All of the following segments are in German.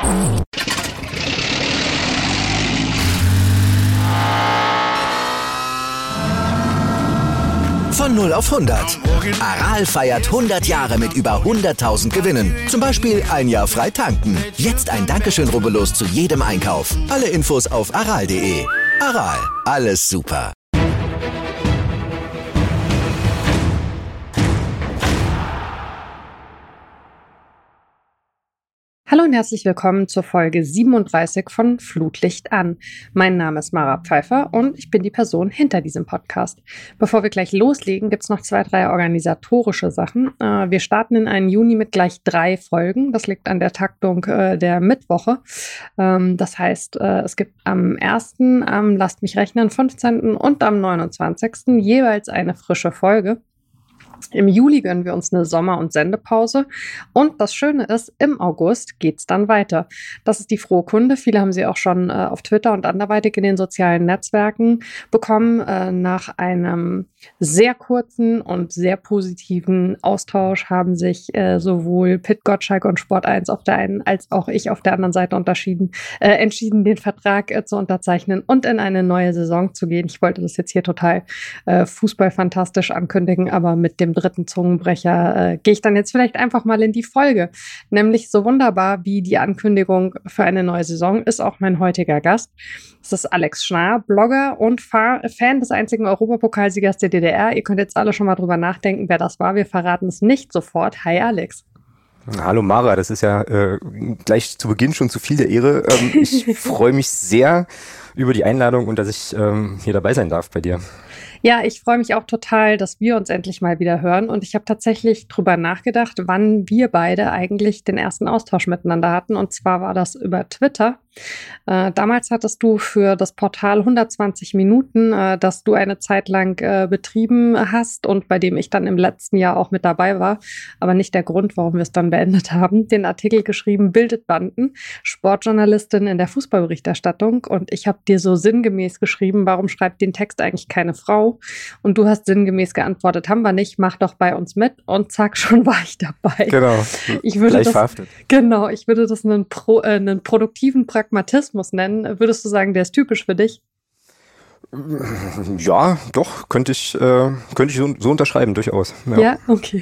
Von 0 auf 100. Aral feiert 100 Jahre mit über 100.000 Gewinnen. Zum Beispiel ein Jahr frei tanken. Jetzt ein Dankeschön, rubbellos zu jedem Einkauf. Alle Infos auf aral.de. Aral, alles super. Hallo und herzlich willkommen zur Folge 37 von Flutlicht an. Mein Name ist Mara Pfeiffer und ich bin die Person hinter diesem Podcast. Bevor wir gleich loslegen, gibt es noch 2, 3 organisatorische Sachen. Wir starten in einen Juni mit gleich 3 Folgen. Das liegt an der Taktung der Mittwoche. Das heißt, es gibt am 1., lasst mich rechnen, 15. und am 29. jeweils eine frische Folge. Im Juli gönnen wir uns eine Sommer- und Sendepause und das Schöne ist, im August geht's dann weiter. Das ist die frohe Kunde. Viele haben sie auch schon auf Twitter und anderweitig in den sozialen Netzwerken bekommen. Nach einem sehr kurzen und sehr positiven Austausch haben sich sowohl Pit Gottschalk und Sport 1 auf der einen als auch ich auf der anderen Seite entschieden, den Vertrag zu unterzeichnen und in eine neue Saison zu gehen. Ich wollte das jetzt hier total fußballfantastisch ankündigen, aber mit dem dritten Zungenbrecher gehe ich dann jetzt vielleicht einfach mal in die Folge. Nämlich so wunderbar wie die Ankündigung für eine neue Saison ist auch mein heutiger Gast. Das ist Alex Schnarr, Blogger und Fan des einzigen Europapokalsiegers der DDR. Ihr könnt jetzt alle schon mal drüber nachdenken, wer das war. Wir verraten es nicht sofort. Hi Alex. Hallo Mara, das ist ja gleich zu Beginn schon zu viel der Ehre. Ich freue mich sehr über die Einladung und dass ich hier dabei sein darf bei dir. Ja, ich freue mich auch total, dass wir uns endlich mal wieder hören. Und ich habe tatsächlich drüber nachgedacht, wann wir beide eigentlich den ersten Austausch miteinander hatten. Und zwar war das über Twitter. Damals hattest du für das Portal 120 Minuten, das du eine Zeit lang betrieben hast und bei dem ich dann im letzten Jahr auch mit dabei war, aber nicht der Grund, warum wir es dann beendet haben, den Artikel geschrieben, Bildet Banden, Sportjournalistin in der Fußballberichterstattung. Und ich habe dir so sinngemäß geschrieben, warum schreibt den Text eigentlich keine Frau? Und du hast sinngemäß geantwortet, haben wir nicht, mach doch bei uns mit. Und zack, schon war ich dabei. Genau, gleich verhaftet. Genau, ich würde das einen produktiven Pragmatismus nennen. Würdest du sagen, der ist typisch für dich? Ja, doch, könnte ich so unterschreiben, durchaus. Ja, okay.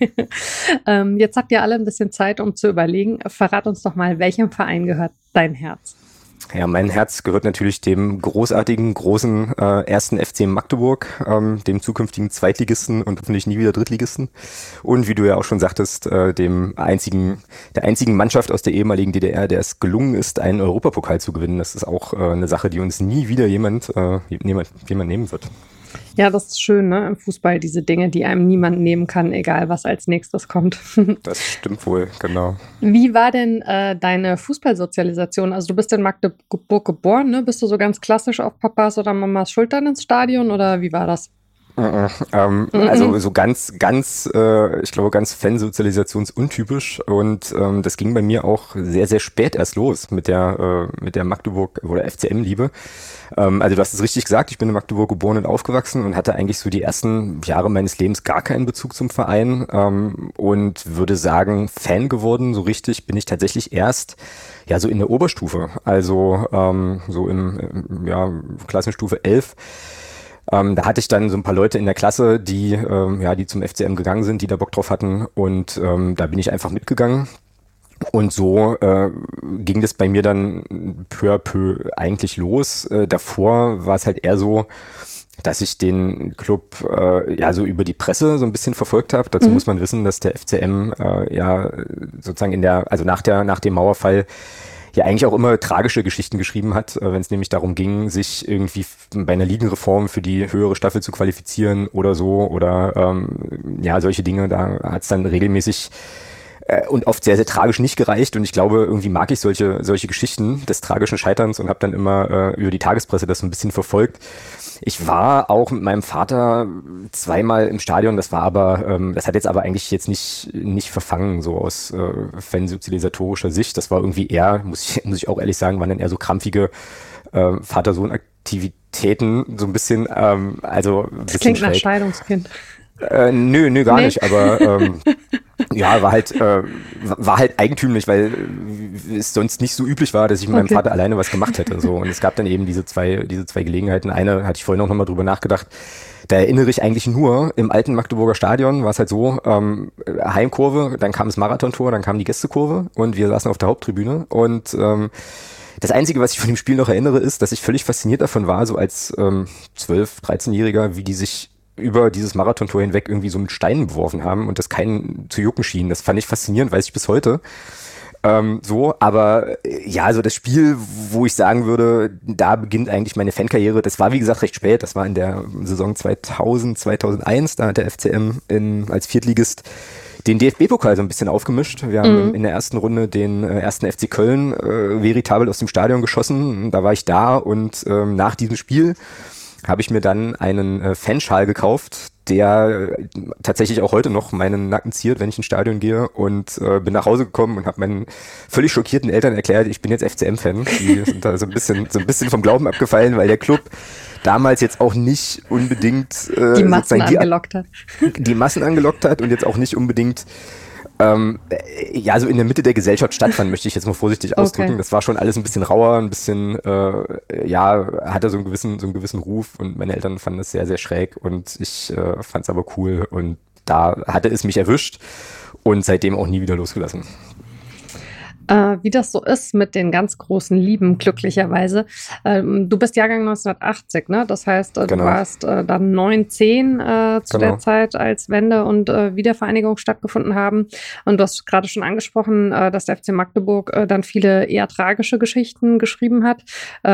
Jetzt habt ihr alle ein bisschen Zeit, um zu überlegen. Verrat uns doch mal, welchem Verein gehört dein Herz? Ja, mein Herz gehört natürlich dem großartigen, großen 1. FC Magdeburg, dem zukünftigen Zweitligisten und hoffentlich nie wieder Drittligisten. Und wie du ja auch schon sagtest, der einzigen Mannschaft aus der ehemaligen DDR, der es gelungen ist, einen Europapokal zu gewinnen. Das ist auch eine Sache, die uns nie wieder jemand nehmen wird. Ja, das ist schön, ne? Im Fußball, diese Dinge, die einem niemand nehmen kann, egal was als nächstes kommt. Das stimmt wohl, genau. Wie war denn deine Fußballsozialisation? Also du bist in Magdeburg geboren, ne? Bist du so ganz klassisch auf Papas oder Mamas Schultern ins Stadion oder wie war das? Also so ganz, ich glaube, ganz fansozialisationsuntypisch und das ging bei mir auch sehr, sehr spät erst los mit der Magdeburg oder FCM-Liebe. Also du hast es richtig gesagt, ich bin in Magdeburg geboren und aufgewachsen und hatte eigentlich so die ersten Jahre meines Lebens gar keinen Bezug zum Verein und würde sagen, Fan geworden, so richtig bin ich tatsächlich erst ja so in der Oberstufe, also so im Klassenstufe 11. Da hatte ich dann so ein paar Leute in der Klasse, die zum FCM gegangen sind, die da Bock drauf hatten und da bin ich einfach mitgegangen. Und so ging das bei mir dann peu à peu eigentlich los. Davor war es halt eher so, dass ich den Club so über die Presse so ein bisschen verfolgt habe. Dazu muss man wissen, dass der FCM sozusagen nach dem Mauerfall ja eigentlich auch immer tragische Geschichten geschrieben hat, wenn es nämlich darum ging, sich irgendwie bei einer Ligenreform für die höhere Staffel zu qualifizieren oder so oder solche Dinge. Da hat es dann regelmäßig und oft sehr, sehr tragisch nicht gereicht und ich glaube, irgendwie mag ich solche Geschichten des tragischen Scheiterns und habe dann immer über die Tagespresse das so ein bisschen verfolgt. Ich war auch mit meinem Vater zweimal im Stadion, das hat jetzt aber eigentlich jetzt nicht verfangen, so aus fansozialisatorischer Sicht. Das war irgendwie eher, muss ich auch ehrlich sagen, waren dann eher so krampfige Vater-Sohn-Aktivitäten, so ein bisschen, also ein das bisschen klingt schräg. nach Scheidungskind. Nö, gar nicht, aber ja, war halt eigentümlich, weil es sonst nicht so üblich war, dass ich mit meinem Vater alleine was gemacht hätte. So. Und es gab dann eben diese zwei Gelegenheiten. Eine hatte ich vorhin auch nochmal drüber nachgedacht. Da erinnere ich eigentlich nur, im alten Magdeburger Stadion war es halt so, Heimkurve, dann kam das Marathontor, dann kam die Gästekurve und wir saßen auf der Haupttribüne. Und das Einzige, was ich von dem Spiel noch erinnere, ist, dass ich völlig fasziniert davon war, so als 12-, 13-Jähriger, wie die sich über dieses Marathontor hinweg irgendwie so mit Steinen beworfen haben und das keinen zu jucken schien. Das fand ich faszinierend, weiß ich bis heute. Aber ja, also das Spiel, wo ich sagen würde, da beginnt eigentlich meine Fankarriere, das war wie gesagt recht spät, das war in der Saison 2000, 2001, da hat der FCM als Viertligist den DFB-Pokal so ein bisschen aufgemischt. Wir haben in der ersten Runde den ersten FC Köln veritabel aus dem Stadion geschossen, da war ich da und nach diesem Spiel habe ich mir dann einen Fanschal gekauft, der tatsächlich auch heute noch meinen Nacken ziert, wenn ich ins Stadion gehe, und bin nach Hause gekommen und habe meinen völlig schockierten Eltern erklärt, ich bin jetzt FCM-Fan. Die sind da so ein bisschen vom Glauben abgefallen, weil der Club damals jetzt auch nicht unbedingt die Massen angelockt hat. Die Massen angelockt hat und jetzt auch nicht unbedingt ja, so in der Mitte der Gesellschaft stattfand, möchte ich jetzt mal vorsichtig ausdrücken. Okay. Das war schon alles ein bisschen rauer, ein bisschen, ja, hatte so einen gewissen Ruf und meine Eltern fanden es sehr, sehr schräg und ich fand es aber cool und da hatte es mich erwischt und seitdem auch nie wieder losgelassen. Wie das so ist mit den ganz großen Lieben, glücklicherweise. Du bist Jahrgang 1980, ne? Das heißt, du warst dann 9, 10 zu der Zeit, als Wende und Wiedervereinigung stattgefunden haben. Und du hast gerade schon angesprochen, dass der FC Magdeburg dann viele eher tragische Geschichten geschrieben hat.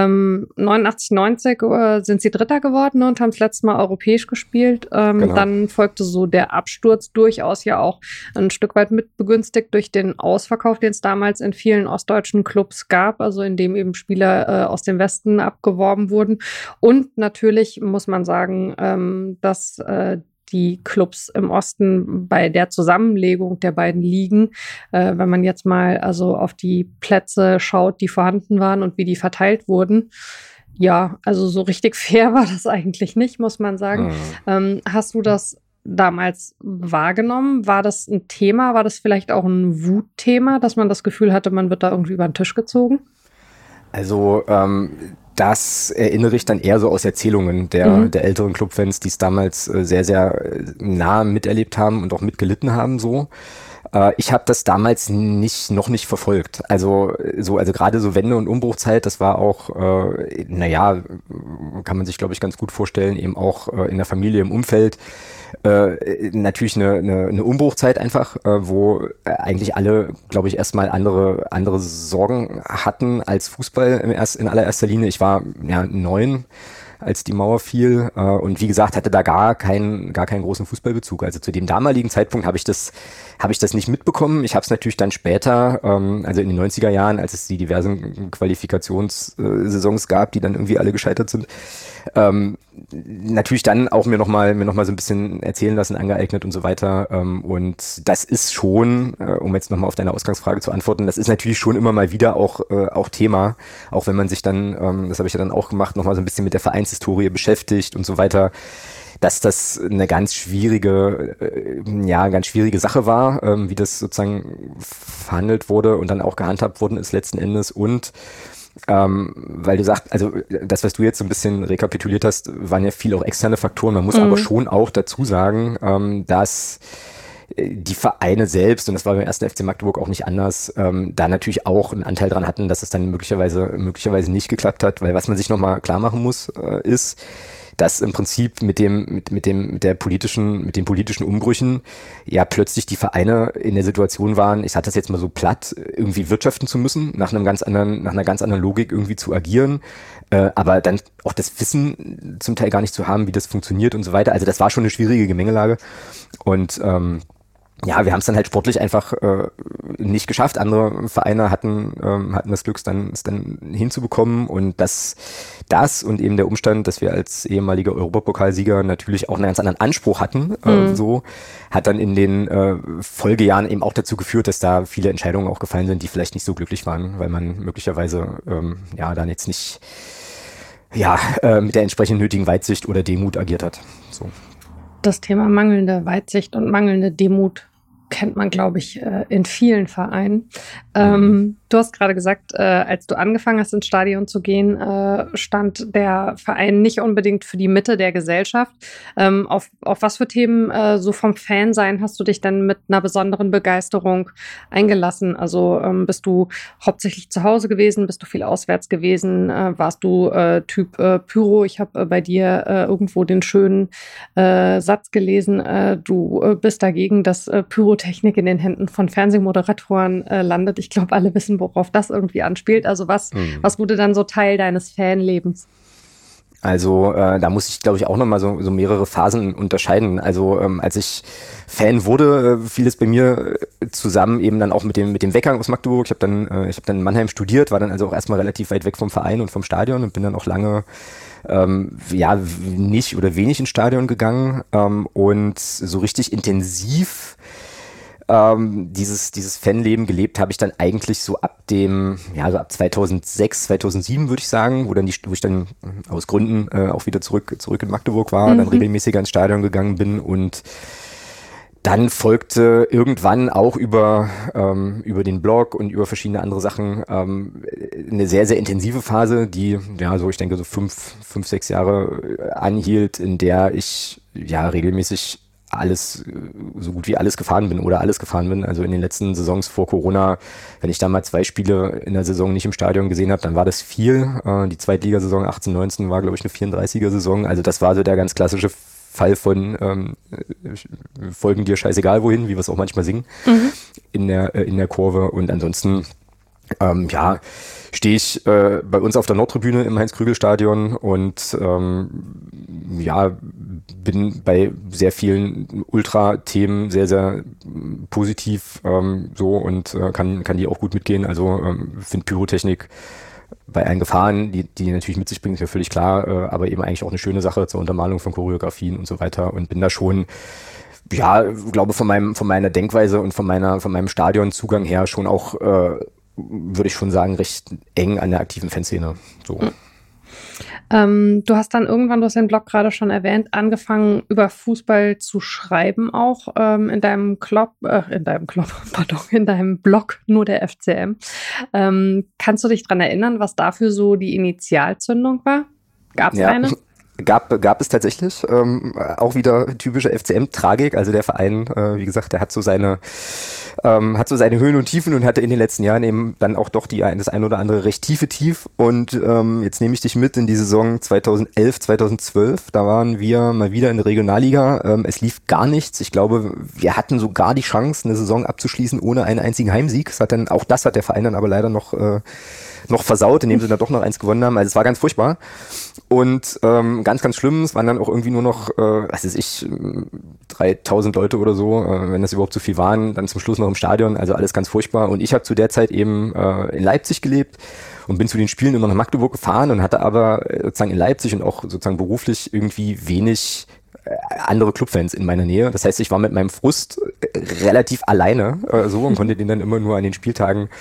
89, 90 sind sie Dritter geworden und haben das letzte Mal europäisch gespielt. Dann folgte so der Absturz, durchaus ja auch ein Stück weit mitbegünstigt durch den Ausverkauf, den es damals in vielen ostdeutschen Clubs gab, also in dem eben Spieler aus dem Westen abgeworben wurden. Und natürlich muss man sagen, dass die Clubs im Osten bei der Zusammenlegung der beiden Ligen, wenn man jetzt mal also auf die Plätze schaut, die vorhanden waren und wie die verteilt wurden, ja, also so richtig fair war das eigentlich nicht, muss man sagen. Hast du das damals wahrgenommen? War das ein Thema? War das vielleicht auch ein Wutthema, dass man das Gefühl hatte, man wird da irgendwie über den Tisch gezogen? Also das erinnere ich dann eher so aus Erzählungen der älteren Clubfans, die es damals sehr, sehr nah miterlebt haben und auch mitgelitten haben so. Ich habe das damals noch nicht verfolgt. Also gerade so Wende- und Umbruchzeit, das war auch, naja, kann man sich, glaube ich, ganz gut vorstellen, eben auch in der Familie, im Umfeld. Natürlich eine Umbruchzeit einfach, wo eigentlich alle, glaube ich, erstmal andere Sorgen hatten als Fußball in allererster Linie. Ich war 9, als die Mauer fiel und wie gesagt, hatte da gar keinen großen Fußballbezug. Also zu dem damaligen Zeitpunkt habe ich das nicht mitbekommen. Ich habe es natürlich dann später, also in den 90er Jahren, als es die diversen Qualifikationssaisons gab, die dann irgendwie alle gescheitert sind, natürlich dann auch mir noch mal so ein bisschen erzählen lassen, angeeignet und so weiter. Und das ist schon, um jetzt nochmal auf deine Ausgangsfrage zu antworten, das ist natürlich schon immer mal wieder auch Thema, auch wenn man sich dann, das habe ich ja dann auch gemacht, nochmal so ein bisschen mit der Vereinshistorie beschäftigt und so weiter, dass das eine ganz schwierige Sache war, wie das sozusagen verhandelt wurde und dann auch gehandhabt worden ist letzten Endes und weil du sagst, also das, was du jetzt so ein bisschen rekapituliert hast, waren ja viel auch externe Faktoren. Man muss aber schon auch dazu sagen, dass die Vereine selbst, und das war beim 1. FC Magdeburg auch nicht anders, da natürlich auch einen Anteil dran hatten, dass es dann möglicherweise nicht geklappt hat, weil was man sich nochmal klar machen muss, ist, dass im Prinzip mit den politischen Umbrüchen ja plötzlich die Vereine in der Situation waren, ich sage das jetzt mal so platt, irgendwie wirtschaften zu müssen, nach einer ganz anderen Logik irgendwie zu agieren, aber dann auch das Wissen zum Teil gar nicht zu haben, wie das funktioniert und so weiter. Also das war schon eine schwierige Gemengelage und ja, wir haben es dann halt sportlich einfach nicht geschafft. Andere Vereine hatten das Glück, es dann hinzubekommen und das und eben der Umstand, dass wir als ehemaliger Europapokalsieger natürlich auch einen ganz anderen Anspruch hatten, so hat dann in den Folgejahren eben auch dazu geführt, dass da viele Entscheidungen auch gefallen sind, die vielleicht nicht so glücklich waren, weil man möglicherweise dann jetzt nicht mit der entsprechend nötigen Weitsicht oder Demut agiert hat. So. Das Thema mangelnde Weitsicht und mangelnde Demut kennt man, glaube ich, in vielen Vereinen. Du hast gerade gesagt, als du angefangen hast, ins Stadion zu gehen, stand der Verein nicht unbedingt für die Mitte der Gesellschaft. Auf was für Themen so vom Fansein hast du dich dann mit einer besonderen Begeisterung eingelassen? Also bist du hauptsächlich zu Hause gewesen? Bist du viel auswärts gewesen? Warst du Typ Pyro? Ich habe bei dir irgendwo den schönen Satz gelesen, du bist dagegen, dass Pyrotechnik in den Händen von Fernsehmoderatoren landet. Ich glaube, alle wissen, worauf das irgendwie anspielt. Also was wurde dann so Teil deines Fanlebens? Also da muss ich, glaube ich, auch nochmal so mehrere Phasen unterscheiden. Also als ich Fan wurde, fiel es bei mir zusammen eben dann auch mit dem Weggang aus Magdeburg. Ich habe dann in Mannheim studiert, war dann also auch erstmal relativ weit weg vom Verein und vom Stadion und bin dann auch lange nicht oder wenig ins Stadion gegangen und so richtig intensiv dieses Fanleben gelebt habe ich dann eigentlich so ab 2006, 2007 würde ich sagen, wo ich dann aus Gründen auch wieder zurück in Magdeburg war, dann regelmäßiger ins Stadion gegangen bin und dann folgte irgendwann auch über den Blog und über verschiedene andere Sachen eine sehr, sehr intensive Phase, die ich denke so 5-6 Jahre anhielt, in der ich regelmäßig so gut wie alles gefahren bin. Also in den letzten Saisons vor Corona, wenn ich da mal 2 Spiele in der Saison nicht im Stadion gesehen habe, dann war das viel. Die Zweitligasaison 18/19 war, glaube ich, eine 34er-Saison. Also das war so der ganz klassische Fall von folgen dir scheißegal wohin, wie wir es auch manchmal singen, in der Kurve. Und ansonsten stehe ich bei uns auf der Nordtribüne im Heinz-Krügel-Stadion und bin bei sehr vielen Ultra-Themen sehr, sehr positiv und kann die auch gut mitgehen. Also finde Pyrotechnik bei allen Gefahren, die natürlich mit sich bringt, ist ja völlig klar, aber eben eigentlich auch eine schöne Sache zur Untermalung von Choreografien und so weiter und bin da schon glaube von meiner Denkweise und von meinem Stadionzugang her schon auch würde ich schon sagen, recht eng an der aktiven Fanszene. So. Du hast dann irgendwann, du hast den Blog gerade schon erwähnt, angefangen über Fußball zu schreiben auch in deinem Blog, nur der FCM. Kannst du dich dran erinnern, was dafür so die Initialzündung war? Gab es eine? Gab es tatsächlich, auch wieder typische FCM-Tragik, also der Verein, wie gesagt, der hat so seine Höhen und Tiefen und hatte in den letzten Jahren eben dann auch doch das ein oder andere recht tiefe Tief und jetzt nehme ich dich mit in die Saison 2011, 2012, da waren wir mal wieder in der Regionalliga, es lief gar nichts, ich glaube, wir hatten sogar die Chance, eine Saison abzuschließen ohne einen einzigen Heimsieg, das hat der Verein dann aber leider noch versaut, indem sie dann doch noch eins gewonnen haben, also es war ganz furchtbar und ganz, ganz schlimm, es waren dann auch irgendwie nur noch, 3000 Leute oder so, wenn das überhaupt so viel waren, dann zum Schluss noch im Stadion, also alles ganz furchtbar und ich habe zu der Zeit eben in Leipzig gelebt und bin zu den Spielen immer nach Magdeburg gefahren und hatte aber sozusagen in Leipzig und auch sozusagen beruflich irgendwie wenig andere Clubfans in meiner Nähe. Das heißt, ich war mit meinem Frust relativ alleine und konnte den dann immer nur an den Spieltagen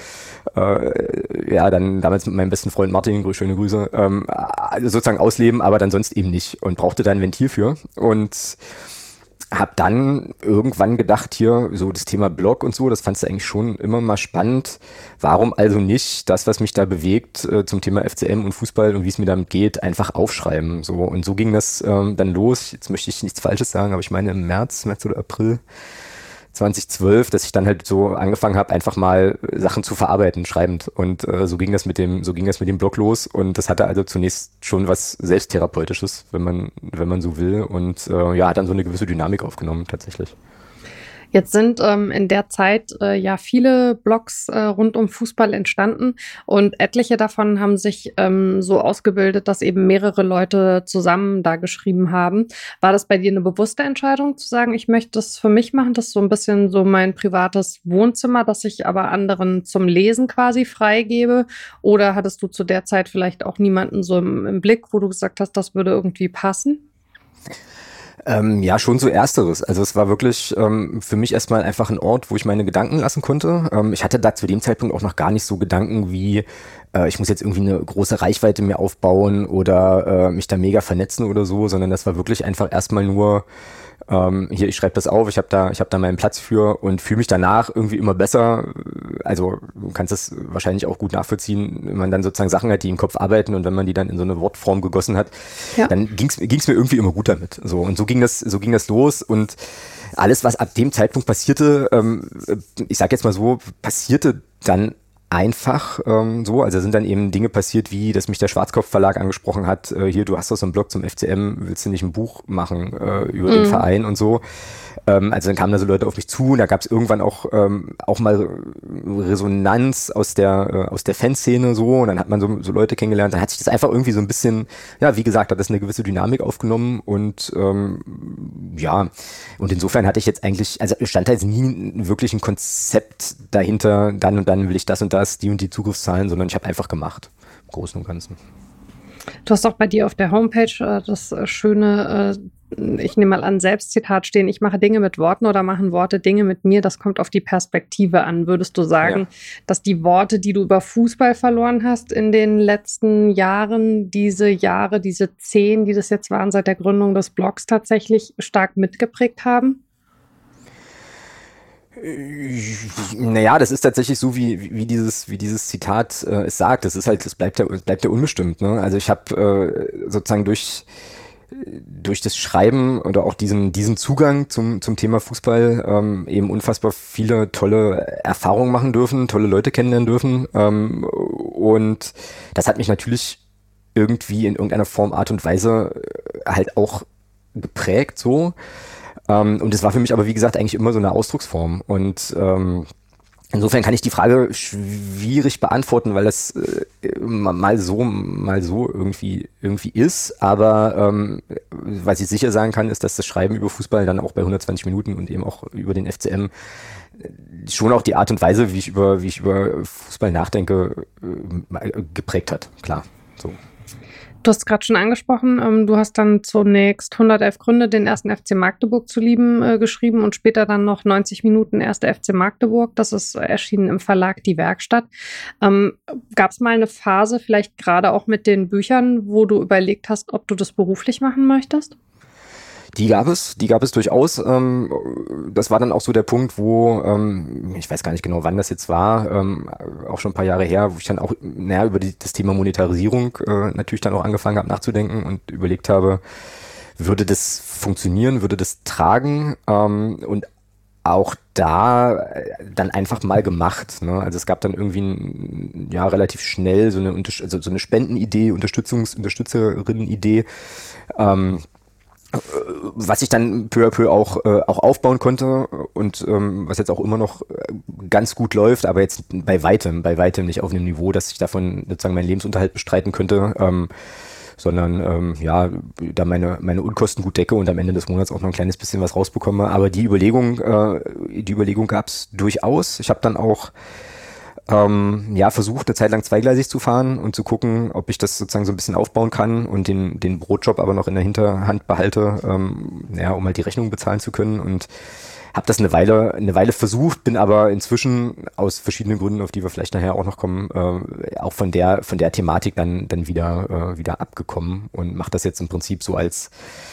dann damals mit meinem besten Freund Martin, schöne Grüße, sozusagen ausleben, aber dann sonst eben nicht und brauchte da ein Ventil für und habe dann irgendwann gedacht, hier so das Thema Blog und so, das fandst du eigentlich schon immer mal spannend. Warum also nicht das, was mich da bewegt zum Thema FCM und Fußball und wie es mir damit geht, einfach aufschreiben. So und so ging das dann los. Jetzt möchte ich nichts Falsches sagen, aber ich meine im März oder April 2012, dass ich dann halt so angefangen habe, einfach mal Sachen zu verarbeiten, schreibend. Und so ging das mit dem Blog los. Und das hatte also zunächst schon was Selbsttherapeutisches, wenn man so will. Und hat dann so eine gewisse Dynamik aufgenommen, tatsächlich. Jetzt sind in der Zeit viele Blogs rund um Fußball entstanden und etliche davon haben sich so ausgebildet, dass eben mehrere Leute zusammen da geschrieben haben. War das bei dir eine bewusste Entscheidung zu sagen, ich möchte das für mich machen, das ist so ein bisschen so mein privates Wohnzimmer, das ich aber anderen zum Lesen quasi freigebe? Oder hattest du zu der Zeit vielleicht auch niemanden so im Blick, wo du gesagt hast, das würde irgendwie passen? Schon so Ersteres. Also es war wirklich für mich erstmal einfach ein Ort, wo ich meine Gedanken lassen konnte. Ich hatte da zu dem Zeitpunkt auch noch gar nicht so Gedanken wie, ich muss jetzt irgendwie eine große Reichweite mir aufbauen oder mich da mega vernetzen oder so, sondern das war wirklich einfach erstmal nur Hier, ich schreibe das auf, ich habe da meinen Platz für und fühle mich danach irgendwie immer besser. Also du kannst es wahrscheinlich auch gut nachvollziehen, wenn man dann sozusagen Sachen hat, die im Kopf arbeiten und wenn man die dann in so eine Wortform gegossen hat, dann ging's mir irgendwie immer gut damit. So, und so ging das los und alles, was ab dem Zeitpunkt passierte, ich sag jetzt mal so, passierte dann einfach so. Also sind dann eben Dinge passiert, wie, dass mich der Schwarzkopf Verlag angesprochen hat, hier, du hast doch so einen Blog zum FCM, willst du nicht ein Buch machen über den Verein und so. Also dann kamen da so Leute auf mich zu und da gab es irgendwann auch mal Resonanz aus der Fanszene so und dann hat man so Leute kennengelernt, dann hat sich das einfach irgendwie so ein bisschen, ja, wie gesagt, hat das eine gewisse Dynamik aufgenommen und ja, und insofern hatte ich jetzt eigentlich, also stand da jetzt nie wirklich ein Konzept dahinter, dann und dann will ich das und das, die und die Zugriffszahlen, sondern ich habe einfach gemacht, im Großen und Ganzen. Du hast auch bei dir auf der Homepage das schöne, ich nehme mal an, Selbstzitat stehen, ich mache Dinge mit Worten oder machen Worte Dinge mit mir, das kommt auf die Perspektive an. Würdest du sagen, dass die Worte, die du über Fußball verloren hast in den letzten Jahren, diese 10, die das jetzt waren, seit der Gründung des Blogs tatsächlich stark mitgeprägt haben? Naja, das ist tatsächlich so, wie dieses Zitat es sagt. Das ist halt, das bleibt ja unbestimmt. Ne? Also ich habe sozusagen durch das Schreiben oder auch diesen Zugang zum Thema Fußball eben unfassbar viele tolle Erfahrungen machen dürfen, tolle Leute kennenlernen dürfen. Und das hat mich natürlich irgendwie in irgendeiner Form, Art und Weise halt auch geprägt so. Und es war für mich aber, wie gesagt, eigentlich immer so eine Ausdrucksform. Und insofern kann ich die Frage schwierig beantworten, weil das mal so irgendwie ist. Aber was ich sicher sagen kann, ist, dass das Schreiben über Fußball dann auch bei 120 Minuten und eben auch über den FCM schon auch die Art und Weise, wie ich über Fußball nachdenke, geprägt hat. Klar, so. Du hast gerade schon angesprochen, du hast dann zunächst 111 Gründe, den ersten FC Magdeburg zu lieben, geschrieben und später dann noch 90 Minuten erster FC Magdeburg. Das ist erschienen im Verlag Die Werkstatt. Gab es mal eine Phase, vielleicht gerade auch mit den Büchern, wo du überlegt hast, ob du das beruflich machen möchtest? Die gab es durchaus. Das war dann auch so der Punkt, wo, ich weiß gar nicht genau, wann das jetzt war, auch schon ein paar Jahre her, wo ich dann auch über das Thema Monetarisierung natürlich dann auch angefangen habe nachzudenken und überlegt habe, würde das funktionieren, würde das tragen und auch da dann einfach mal gemacht. Ne? Also es gab dann irgendwie relativ schnell so eine Spendenidee, Unterstützerinnen-Idee, was ich dann peu à peu auch aufbauen konnte und was jetzt auch immer noch ganz gut läuft, aber jetzt bei weitem nicht auf einem Niveau, dass ich davon sozusagen meinen Lebensunterhalt bestreiten könnte, sondern da meine Unkosten gut decke und am Ende des Monats auch noch ein kleines bisschen was rausbekomme. Aber die Überlegung gab es durchaus. Ich habe dann auch versucht, eine Zeit lang zweigleisig zu fahren und zu gucken, ob ich das sozusagen so ein bisschen aufbauen kann und den Brotjob aber noch in der Hinterhand behalte, um halt die Rechnung bezahlen zu können und habe das eine Weile versucht, bin aber inzwischen aus verschiedenen Gründen, auf die wir vielleicht nachher auch noch kommen, auch von der Thematik dann wieder abgekommen und mache das jetzt im Prinzip so als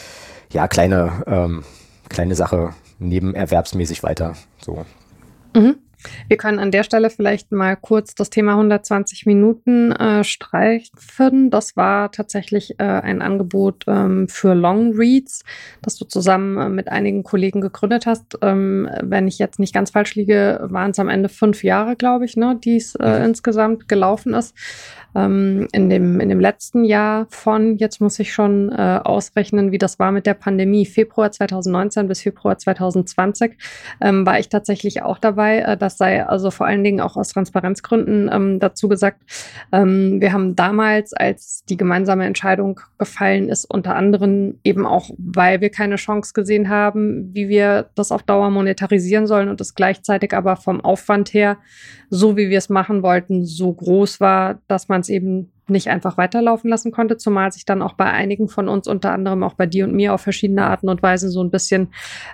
kleine Sache nebenerwerbsmäßig weiter. So. Mhm. Wir können an der Stelle vielleicht mal kurz das Thema 120 Minuten streifen. Das war tatsächlich ein Angebot für Long Reads, das du zusammen mit einigen Kollegen gegründet hast. Wenn ich jetzt nicht ganz falsch liege, waren es am Ende 5 Jahre, glaube ich, ne, die es insgesamt gelaufen ist. In dem letzten Jahr jetzt muss ich schon ausrechnen, wie das war mit der Pandemie, Februar 2019 bis Februar 2020, war ich tatsächlich auch dabei. Das sei also vor allen Dingen auch aus Transparenzgründen dazu gesagt. Wir haben damals, als die gemeinsame Entscheidung gefallen ist, unter anderem eben auch, weil wir keine Chance gesehen haben, wie wir das auf Dauer monetarisieren sollen und es gleichzeitig aber vom Aufwand her, so wie wir es machen wollten, so groß war, dass man es eben nicht einfach weiterlaufen lassen konnte, zumal sich dann auch bei einigen von uns, unter anderem auch bei dir und mir, auf verschiedene Arten und Weise so ein bisschen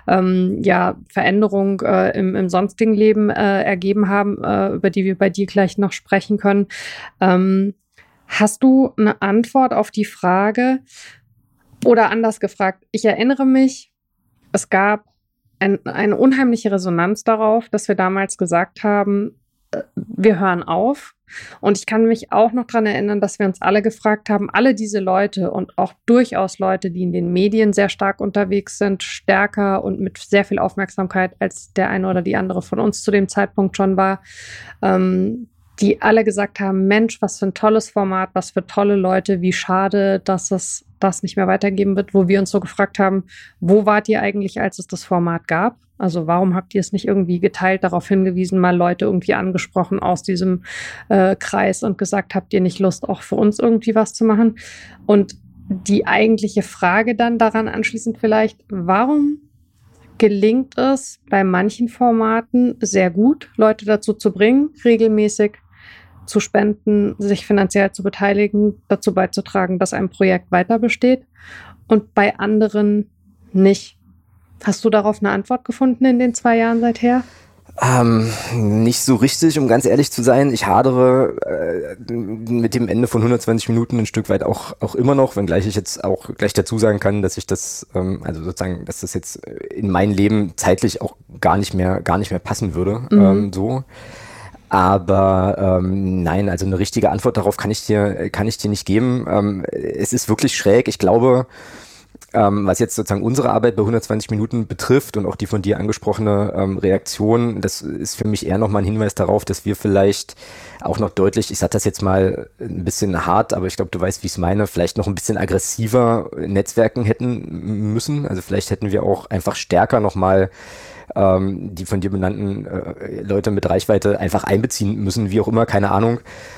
Veränderung im sonstigen Leben ergeben haben, über die wir bei dir gleich noch sprechen können. Hast du eine Antwort auf die Frage oder anders gefragt? Ich erinnere mich, es gab eine unheimliche Resonanz darauf, dass wir damals gesagt haben, wir hören auf. Und ich kann mich auch noch daran erinnern, dass wir uns alle gefragt haben, alle diese Leute und auch durchaus Leute, die in den Medien sehr stark unterwegs sind, stärker und mit sehr viel Aufmerksamkeit, als der eine oder die andere von uns zu dem Zeitpunkt schon war, die alle gesagt haben, Mensch, was für ein tolles Format, was für tolle Leute, wie schade, dass es das nicht mehr weitergeben wird, wo wir uns so gefragt haben, wo wart ihr eigentlich, als es das Format gab? Also warum habt ihr es nicht irgendwie geteilt, darauf hingewiesen, mal Leute irgendwie angesprochen aus diesem Kreis und gesagt, habt ihr nicht Lust, auch für uns irgendwie was zu machen? Und die eigentliche Frage dann daran anschließend vielleicht, warum gelingt es bei manchen Formaten sehr gut, Leute dazu zu bringen, regelmäßig zu spenden, sich finanziell zu beteiligen, dazu beizutragen, dass ein Projekt weiter besteht und bei anderen nicht. Hast du darauf eine Antwort gefunden in den 2 Jahren seither? Nicht so richtig, um ganz ehrlich zu sein. Ich hadere mit dem Ende von 120 Minuten ein Stück weit auch immer noch, wenngleich ich jetzt auch gleich dazu sagen kann, dass ich das, also sozusagen, dass das jetzt in mein Leben zeitlich auch gar nicht mehr passen würde, so. Aber nein, also eine richtige Antwort darauf kann ich dir nicht geben. Es ist wirklich schräg. Ich glaube, was jetzt sozusagen unsere Arbeit bei 120 Minuten betrifft und auch die von dir angesprochene Reaktion, das ist für mich eher nochmal ein Hinweis darauf, dass wir vielleicht auch noch deutlich, ich sage das jetzt mal ein bisschen hart, aber ich glaube, du weißt, wie ich es meine, vielleicht noch ein bisschen aggressiver netzwerken hätten müssen. Also vielleicht hätten wir auch einfach stärker nochmal die von dir benannten Leute mit Reichweite einfach einbeziehen müssen, wie auch immer, keine Ahnung,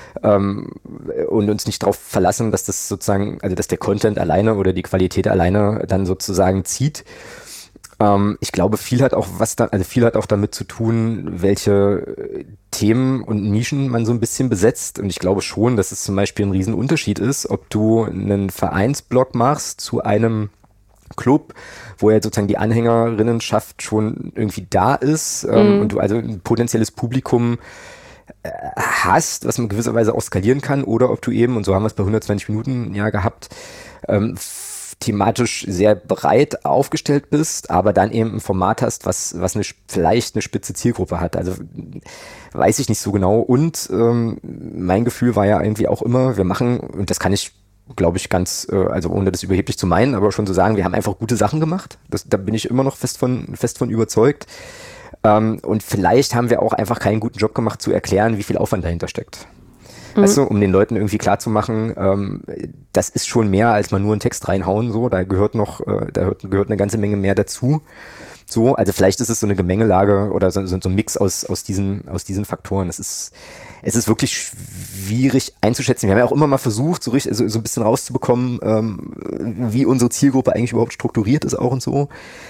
und uns nicht darauf verlassen, dass das sozusagen, also dass der Content alleine oder die Qualität alleine dann sozusagen zieht. Ich glaube, viel hat auch damit zu tun, welche Themen und Nischen man so ein bisschen besetzt. Und ich glaube schon, dass es zum Beispiel ein Riesenunterschied ist, ob du einen Vereinsblog machst zu einem Club, wo ja sozusagen die Anhängerinnenschaft schon irgendwie da ist und du also ein potenzielles Publikum hast, was man gewisserweise auch skalieren kann, oder ob du eben, und so haben wir es bei 120 Minuten ja gehabt, thematisch sehr breit aufgestellt bist, aber dann eben ein Format hast, was vielleicht eine spitze Zielgruppe hat. Also weiß ich nicht so genau. Und mein Gefühl war ja irgendwie auch immer, wir machen, und das kann ich, glaube ich, ganz, also ohne das überheblich zu meinen, aber schon zu sagen, wir haben einfach gute Sachen gemacht. Da bin ich immer noch fest von überzeugt. Und vielleicht haben wir auch einfach keinen guten Job gemacht, zu erklären, wie viel Aufwand dahinter steckt. Weißt du, um den Leuten irgendwie klarzumachen, das ist schon mehr, als mal nur einen Text reinhauen, so, da gehört eine ganze Menge mehr dazu. So, also vielleicht ist es so eine Gemengelage oder so ein Mix aus diesen Faktoren. Es ist wirklich schwierig einzuschätzen. Wir haben ja auch immer mal versucht, so ein bisschen rauszubekommen, wie unsere Zielgruppe eigentlich überhaupt strukturiert ist auch und so.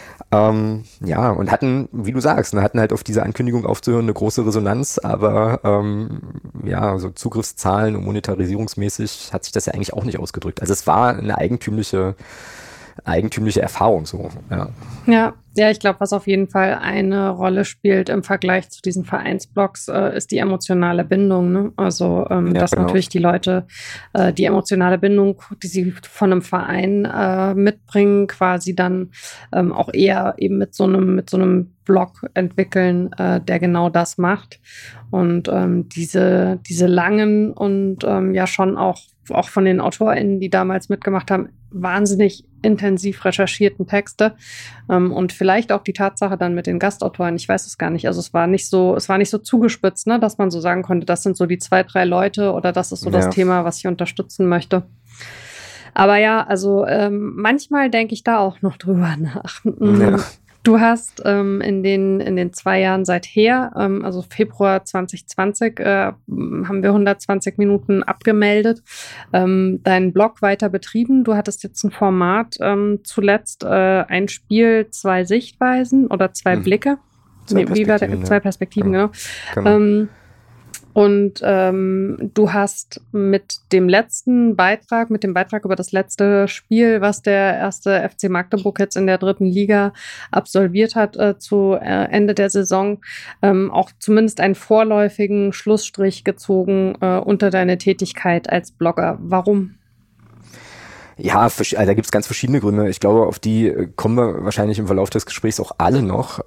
Ja, und hatten, wie du sagst, hatten halt auf diese Ankündigung aufzuhören eine große Resonanz, aber ja, so Zugriffszahlen und monetarisierungsmäßig hat sich das ja eigentlich auch nicht ausgedrückt. Also es war eine eigentümliche Erfahrung so, ja. Ja, ich glaube, was auf jeden Fall eine Rolle spielt im Vergleich zu diesen Vereinsblogs, ist die emotionale Bindung. Ne? Also, dass natürlich die Leute die emotionale Bindung, die sie von einem Verein mitbringen, quasi dann auch eher eben mit so einem Blog entwickeln, der genau das macht. Und diese langen und ja schon auch von den AutorInnen, die damals mitgemacht haben, wahnsinnig intensiv recherchierten Texte und vielleicht auch die Tatsache dann mit den Gastautoren, ich weiß es gar nicht, also es war nicht so zugespitzt, ne, dass man so sagen konnte, das sind so die 2, 3 Leute oder das ist so das Thema, was ich unterstützen möchte. Aber ja, also manchmal denke ich da auch noch drüber nach. Ja. Du hast in den 2 Jahren seither, also Februar 2020, haben wir 120 Minuten abgemeldet, deinen Blog weiter betrieben. Du hattest jetzt ein Format, zuletzt ein Spiel, 2 Sichtweisen oder 2 Blicke. 2 Perspektiven, genau. Und du hast mit dem Beitrag über das letzte Spiel, was der erste FC Magdeburg jetzt in der 3. Liga absolviert hat, zu Ende der Saison, auch zumindest einen vorläufigen Schlussstrich gezogen unter deine Tätigkeit als Blogger. Warum? Ja, also da gibt es ganz verschiedene Gründe. Ich glaube, auf die kommen wir wahrscheinlich im Verlauf des Gesprächs auch alle noch.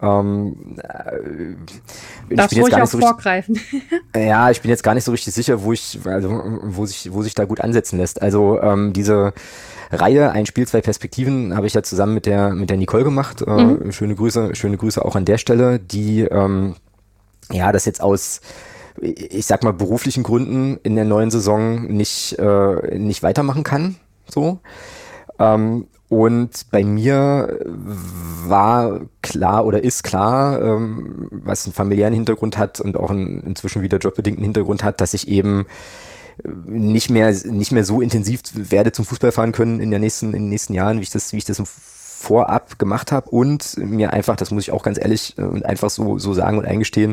Darfst ruhig auch vorgreifen. Ja, ich bin jetzt gar nicht so richtig sicher, wo sich da gut ansetzen lässt. Also diese Reihe, ein Spiel, zwei Perspektiven, habe ich ja zusammen mit der Nicole gemacht. Schöne Grüße auch an der Stelle, die das jetzt aus, ich sag mal, beruflichen Gründen in der neuen Saison nicht weitermachen kann. So. Und bei mir war klar oder ist klar, was einen familiären Hintergrund hat und auch einen inzwischen wieder jobbedingten Hintergrund hat, dass ich eben nicht mehr so intensiv werde zum Fußball fahren können in den nächsten Jahren, wie ich das vorab gemacht habe, und mir einfach, das muss ich auch ganz ehrlich und einfach so sagen und eingestehen,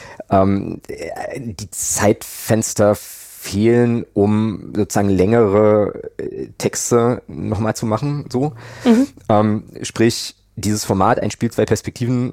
die Zeitfenster fehlen, um sozusagen längere Texte nochmal zu machen, so. Sprich, dieses Format, ein Spiel, zwei Perspektiven,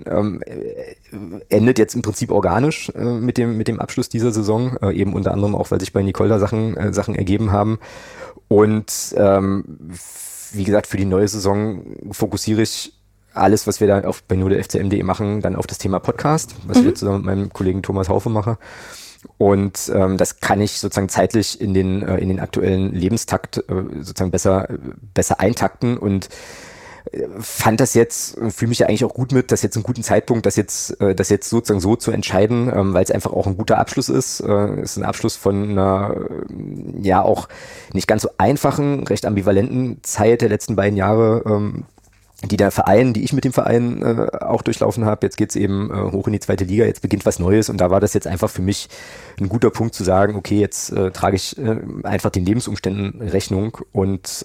endet jetzt im Prinzip organisch mit dem Abschluss dieser Saison, eben unter anderem auch, weil sich bei Nicole da Sachen ergeben haben. Und wie gesagt, für die neue Saison fokussiere ich alles, was wir da bei nur der FCM.de machen, dann auf das Thema Podcast, was ich jetzt zusammen mit meinem Kollegen Thomas Haufe mache. Und das kann ich sozusagen zeitlich in den aktuellen Lebenstakt sozusagen besser eintakten, und fand das jetzt, fühle mich ja eigentlich auch gut mit, dass jetzt einen guten Zeitpunkt, das jetzt sozusagen so zu entscheiden, weil es einfach auch ein guter Abschluss ist. Es ist ein Abschluss von einer ja auch nicht ganz so einfachen, recht ambivalenten Zeit der letzten beiden Jahre, die ich mit dem Verein auch durchlaufen habe. Jetzt geht's eben hoch in die zweite Liga, jetzt beginnt was Neues, und da war das jetzt einfach für mich ein guter Punkt zu sagen, okay, jetzt trage ich einfach den Lebensumständen Rechnung und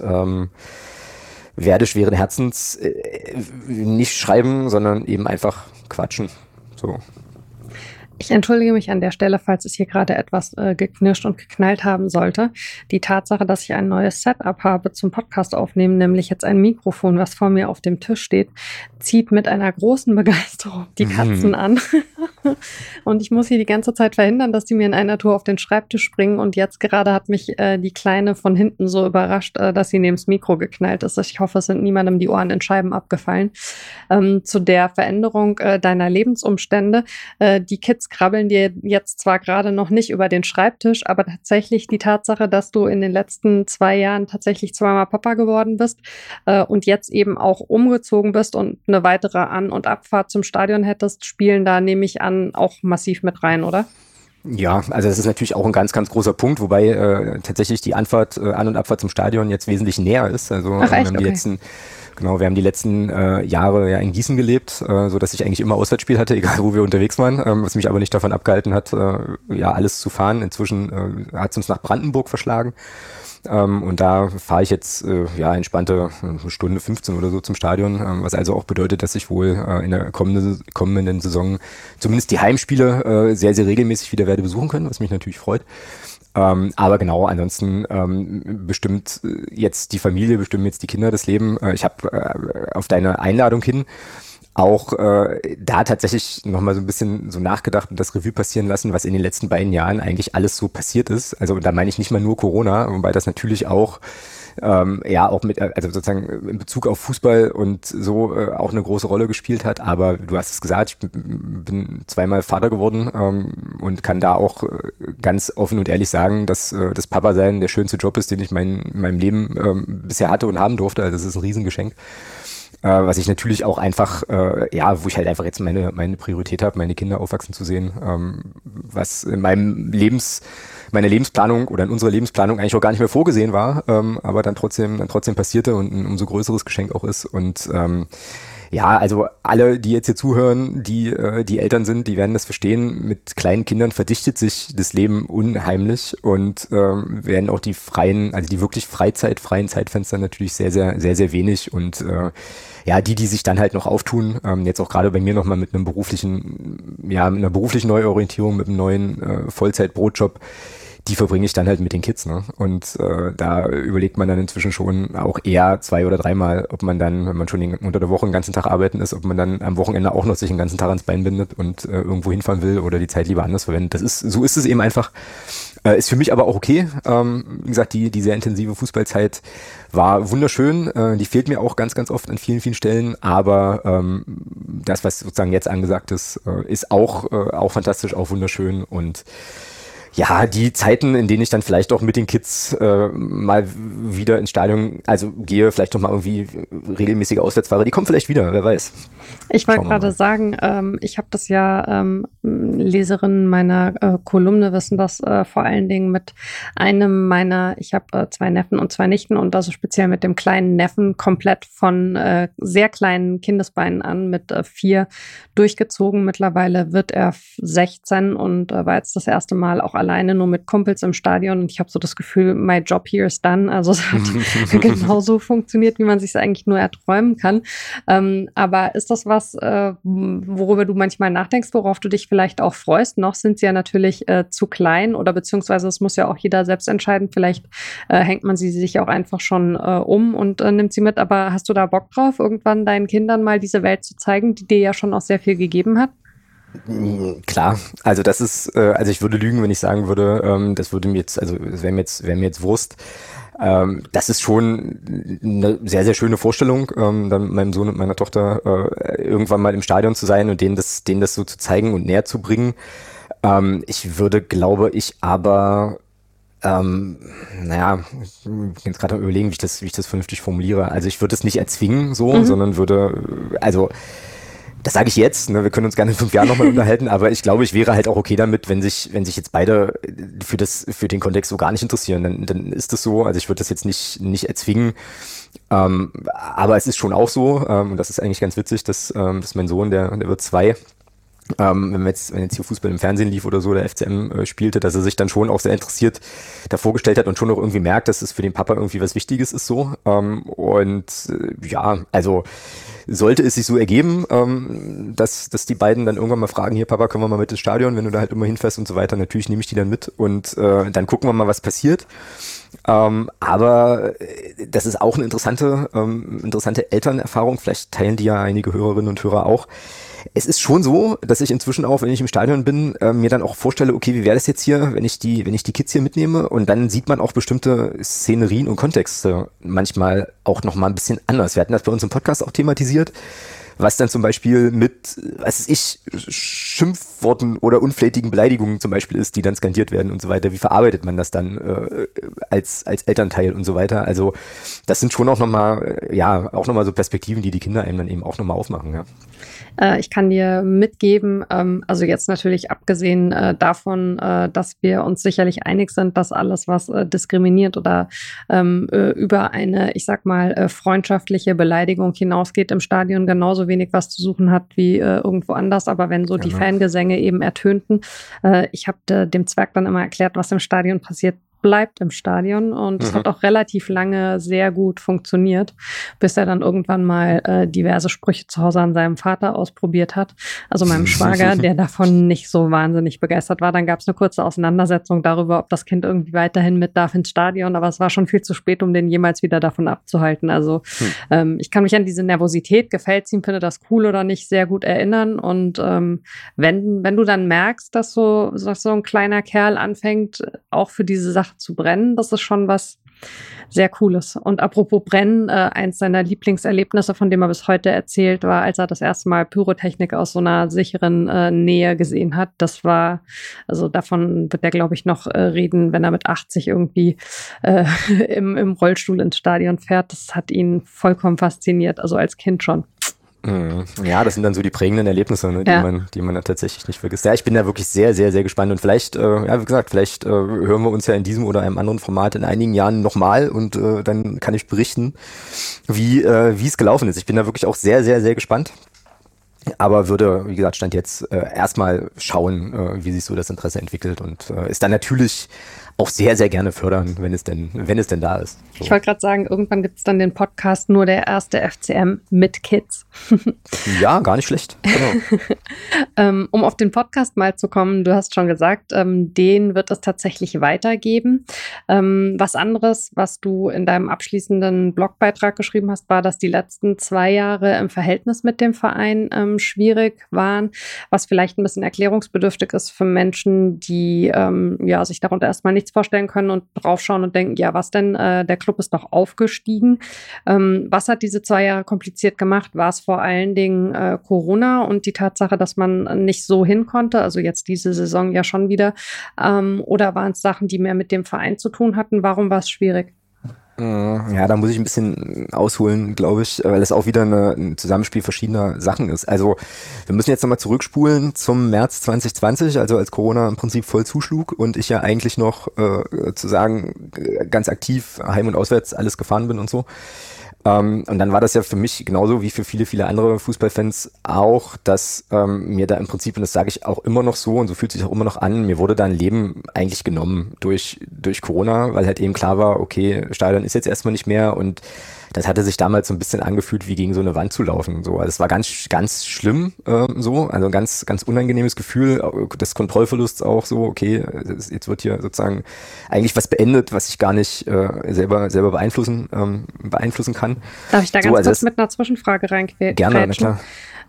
werde schweren Herzens nicht schreiben, sondern eben einfach quatschen. So. Ich entschuldige mich an der Stelle, falls es hier gerade etwas geknirscht und geknallt haben sollte. Die Tatsache, dass ich ein neues Setup habe zum Podcast aufnehmen, nämlich jetzt ein Mikrofon, was vor mir auf dem Tisch steht, zieht mit einer großen Begeisterung die Katzen an. Und ich muss hier die ganze Zeit verhindern, dass die mir in einer Tour auf den Schreibtisch springen. Und jetzt gerade hat mich die Kleine von hinten so überrascht, dass sie neben das Mikro geknallt ist. Ich hoffe, es sind niemandem die Ohren in Scheiben abgefallen. Zu der Veränderung deiner Lebensumstände. Die Kids krabbeln dir jetzt zwar gerade noch nicht über den Schreibtisch, aber tatsächlich die Tatsache, dass du in den letzten 2 Jahren tatsächlich zweimal Papa geworden bist und jetzt eben auch umgezogen bist und eine weitere An- und Abfahrt zum Stadion hättest, spielen da, nehme ich an, auch massiv mit rein, oder? Ja, also das ist natürlich auch ein ganz, ganz großer Punkt, wobei tatsächlich die An- und Abfahrt zum Stadion jetzt wesentlich näher ist. Also Ach, echt? wir haben die letzten Jahre ja in Gießen gelebt, so dass ich eigentlich immer Auswärtsspiel hatte, egal wo wir unterwegs waren, was mich aber nicht davon abgehalten hat, alles zu fahren. Inzwischen hat es uns nach Brandenburg verschlagen. Und da fahre ich jetzt entspannte Stunde 15 oder so zum Stadion, was also auch bedeutet, dass ich wohl in der kommenden Saison zumindest die Heimspiele sehr, sehr regelmäßig wieder werde besuchen können, was mich natürlich freut. Aber genau, ansonsten bestimmt jetzt die Familie, bestimmen jetzt die Kinder das Leben. Ich habe auf deine Einladung hin auch da tatsächlich nochmal so ein bisschen so nachgedacht und das Revue passieren lassen, was in den letzten beiden Jahren eigentlich alles so passiert ist. Also da meine ich nicht mal nur Corona, wobei das natürlich auch auch mit, also sozusagen in Bezug auf Fußball und so auch eine große Rolle gespielt hat. Aber du hast es gesagt, ich bin zweimal Vater geworden und kann da auch ganz offen und ehrlich sagen, dass das Papa-Sein der schönste Job ist, den ich in meinem Leben bisher hatte und haben durfte. Also das ist ein Riesengeschenk. Was ich natürlich auch einfach, wo ich halt einfach jetzt meine Priorität habe, meine Kinder aufwachsen zu sehen, was in meiner Lebensplanung oder in unserer Lebensplanung eigentlich auch gar nicht mehr vorgesehen war, aber dann trotzdem passierte und ein umso größeres Geschenk auch ist. Und also alle, die jetzt hier zuhören, die Eltern sind, die werden das verstehen. Mit kleinen Kindern verdichtet sich das Leben unheimlich und werden auch die wirklich freien Zeitfenster natürlich sehr, sehr, sehr, sehr wenig. Und die sich dann halt noch auftun, jetzt auch gerade bei mir nochmal mit einer beruflichen Neuorientierung, mit einem neuen Vollzeit-Brotjob, die verbringe ich dann halt mit den Kids, ne? Und da überlegt man dann inzwischen schon auch eher 2 oder 3-mal, ob man dann, wenn man schon unter der Woche den ganzen Tag arbeiten ist, ob man dann am Wochenende auch noch sich den ganzen Tag ans Bein bindet und irgendwo hinfahren will oder die Zeit lieber anders verwendet. So ist es eben einfach. Ist für mich aber auch okay. Wie gesagt, die sehr intensive Fußballzeit war wunderschön. Die fehlt mir auch ganz, ganz oft an vielen, vielen Stellen. Aber das, was sozusagen jetzt angesagt ist, ist auch fantastisch, auch wunderschön. Und ja, die Zeiten, in denen ich dann vielleicht auch mit den Kids mal wieder ins Stadion, also gehe, vielleicht noch mal irgendwie regelmäßige Auswärtsfahrer, die kommen vielleicht wieder, wer weiß. Ich wollte gerade sagen, ich habe das ja, Leserinnen meiner Kolumne wissen das vor allen Dingen mit einem meiner, ich habe 2 Neffen und 2 Nichten und also speziell mit dem kleinen Neffen komplett von sehr kleinen Kindesbeinen an mit 4 durchgezogen. Mittlerweile wird er 16 und war jetzt das erste Mal auch alleine nur mit Kumpels im Stadion und ich habe so das Gefühl, my job here is done. Also es hat genauso funktioniert, wie man sich es eigentlich nur erträumen kann. Aber ist das was, worüber du manchmal nachdenkst, worauf du dich vielleicht auch freust? Noch sind sie ja natürlich zu klein oder beziehungsweise es muss ja auch jeder selbst entscheiden. Vielleicht hängt man sie sich auch einfach schon um und nimmt sie mit. Aber hast du da Bock drauf, irgendwann deinen Kindern mal diese Welt zu zeigen, die dir ja schon auch sehr viel gegeben hat? Klar, also das ist, also ich würde lügen, wenn ich sagen würde, das würde mir jetzt, also es wäre mir jetzt Wurst. Das ist schon eine sehr, sehr schöne Vorstellung, dann mit meinem Sohn und meiner Tochter irgendwann mal im Stadion zu sein und denen das so zu zeigen und näher zu bringen. Ich würde, glaube ich, aber ich bin jetzt gerade am Überlegen, wie ich das vernünftig formuliere. Also ich würde es nicht erzwingen so, sondern das sage ich jetzt, ne, wir können uns gerne in 5 Jahren nochmal unterhalten, aber ich glaube, ich wäre halt auch okay damit, wenn sich jetzt beide für den Kontext so gar nicht interessieren, dann ist das so. Also ich würde das jetzt nicht erzwingen. Aber es ist schon auch so, und das ist eigentlich ganz witzig, dass mein Sohn, der wird 2, wenn jetzt hier Fußball im Fernsehen lief oder so, der FCM spielte, dass er sich dann schon auch sehr interessiert davor gestellt hat und schon auch irgendwie merkt, dass es für den Papa irgendwie was Wichtiges ist so. Also sollte es sich so ergeben, dass die beiden dann irgendwann mal fragen, hier Papa, können wir mal mit ins Stadion, wenn du da halt immer hinfährst und so weiter, natürlich nehme ich die dann mit und dann gucken wir mal, was passiert. Aber das ist auch eine interessante Elternerfahrung, vielleicht teilen die ja einige Hörerinnen und Hörer auch. Es ist schon so, dass ich inzwischen auch, wenn ich im Stadion bin, mir dann auch vorstelle, okay, wie wäre das jetzt hier, wenn ich die Kids hier mitnehme, und dann sieht man auch bestimmte Szenerien und Kontexte manchmal auch noch mal ein bisschen anders. Wir hatten das bei uns im Podcast auch thematisiert, was dann zum Beispiel mit, Schimpfworten oder unflätigen Beleidigungen zum Beispiel ist, die dann skandiert werden und so weiter. Wie verarbeitet man das dann als Elternteil und so weiter? Also das sind schon auch nochmal so Perspektiven, die Kinder einem dann eben auch nochmal aufmachen, ja. Ich kann dir mitgeben, also jetzt natürlich abgesehen davon, dass wir uns sicherlich einig sind, dass alles, was diskriminiert oder über eine, ich sag mal, freundschaftliche Beleidigung hinausgeht, im Stadion genauso wenig was zu suchen hat wie irgendwo anders. Aber wenn so die Fangesänge eben ertönten, ich habe dem Zwerg dann immer erklärt, was im Stadion passiert, bleibt im Stadion, und es hat auch relativ lange sehr gut funktioniert, bis er dann irgendwann mal diverse Sprüche zu Hause an seinem Vater ausprobiert hat, also meinem Schwager, der davon nicht so wahnsinnig begeistert war. Dann gab es eine kurze Auseinandersetzung darüber, ob das Kind irgendwie weiterhin mit darf ins Stadion, aber es war schon viel zu spät, um den jemals wieder davon abzuhalten. Also ich kann mich an diese Nervosität, gefällt's ihm, finde das cool oder nicht, sehr gut erinnern, und wenn du dann merkst, dass so ein kleiner Kerl anfängt, auch für diese Sache zu brennen, das ist schon was sehr Cooles. Und apropos Brennen, eins seiner Lieblingserlebnisse, von dem er bis heute erzählt, war, als er das erste Mal Pyrotechnik aus so einer sicheren Nähe gesehen hat. Das war, also davon wird er, glaube ich, noch reden, wenn er mit 80 irgendwie im Rollstuhl ins Stadion fährt. Das hat ihn vollkommen fasziniert, also als Kind schon. Ja, das sind dann so die prägenden Erlebnisse, ne, die man dann tatsächlich nicht vergisst. Ja, ich bin da wirklich sehr, sehr, sehr gespannt, und vielleicht, wie gesagt, vielleicht hören wir uns ja in diesem oder einem anderen Format in einigen Jahren nochmal, und dann kann ich berichten, wie es gelaufen ist. Ich bin da wirklich auch sehr, sehr, sehr gespannt. Aber würde, wie gesagt, Stand jetzt erstmal schauen, wie sich so das Interesse entwickelt, und ist dann natürlich auch sehr, sehr gerne fördern, wenn es denn da ist. So. Ich wollte gerade sagen, irgendwann gibt es dann den Podcast nur der erste FCM mit Kids. Ja, gar nicht schlecht. Genau. Um auf den Podcast mal zu kommen, du hast schon gesagt, den wird es tatsächlich weitergeben. Was anderes, was du in deinem abschließenden Blogbeitrag geschrieben hast, war, dass die letzten 2 Jahre im Verhältnis mit dem Verein schwierig waren, was vielleicht ein bisschen erklärungsbedürftig ist für Menschen, die sich darunter erstmal nichts vorstellen können und draufschauen und denken, ja, was denn, der Club ist doch aufgestiegen. Was hat diese 2 Jahre kompliziert gemacht? War es vor allen Dingen Corona und die Tatsache, dass man nicht so hin konnte, also jetzt diese Saison ja schon wieder, oder waren es Sachen, die mehr mit dem Verein zu tun hatten? Warum war es schwierig? Ja, da muss ich ein bisschen ausholen, glaube ich, weil das auch wieder ein Zusammenspiel verschiedener Sachen ist. Also wir müssen jetzt nochmal zurückspulen zum März 2020, also als Corona im Prinzip voll zuschlug und ich ja eigentlich noch sozusagen ganz aktiv heim und auswärts alles gefahren bin und so. Und dann war das ja für mich genauso wie für viele, viele andere Fußballfans auch, dass mir da im Prinzip, und das sage ich auch immer noch so und so fühlt sich auch immer noch an, mir wurde da ein Leben eigentlich genommen durch Corona, weil halt eben klar war, okay, Stadion ist jetzt erstmal nicht mehr und das hatte sich damals so ein bisschen angefühlt, wie gegen so eine Wand zu laufen. So, also es war ganz, ganz schlimm, also ein ganz, ganz unangenehmes Gefühl des Kontrollverlusts auch so, okay, jetzt wird hier sozusagen eigentlich was beendet, was ich gar nicht selber beeinflussen kann. Darf ich da ganz kurz mit einer Zwischenfrage reingrätschen? Gerne, na klar.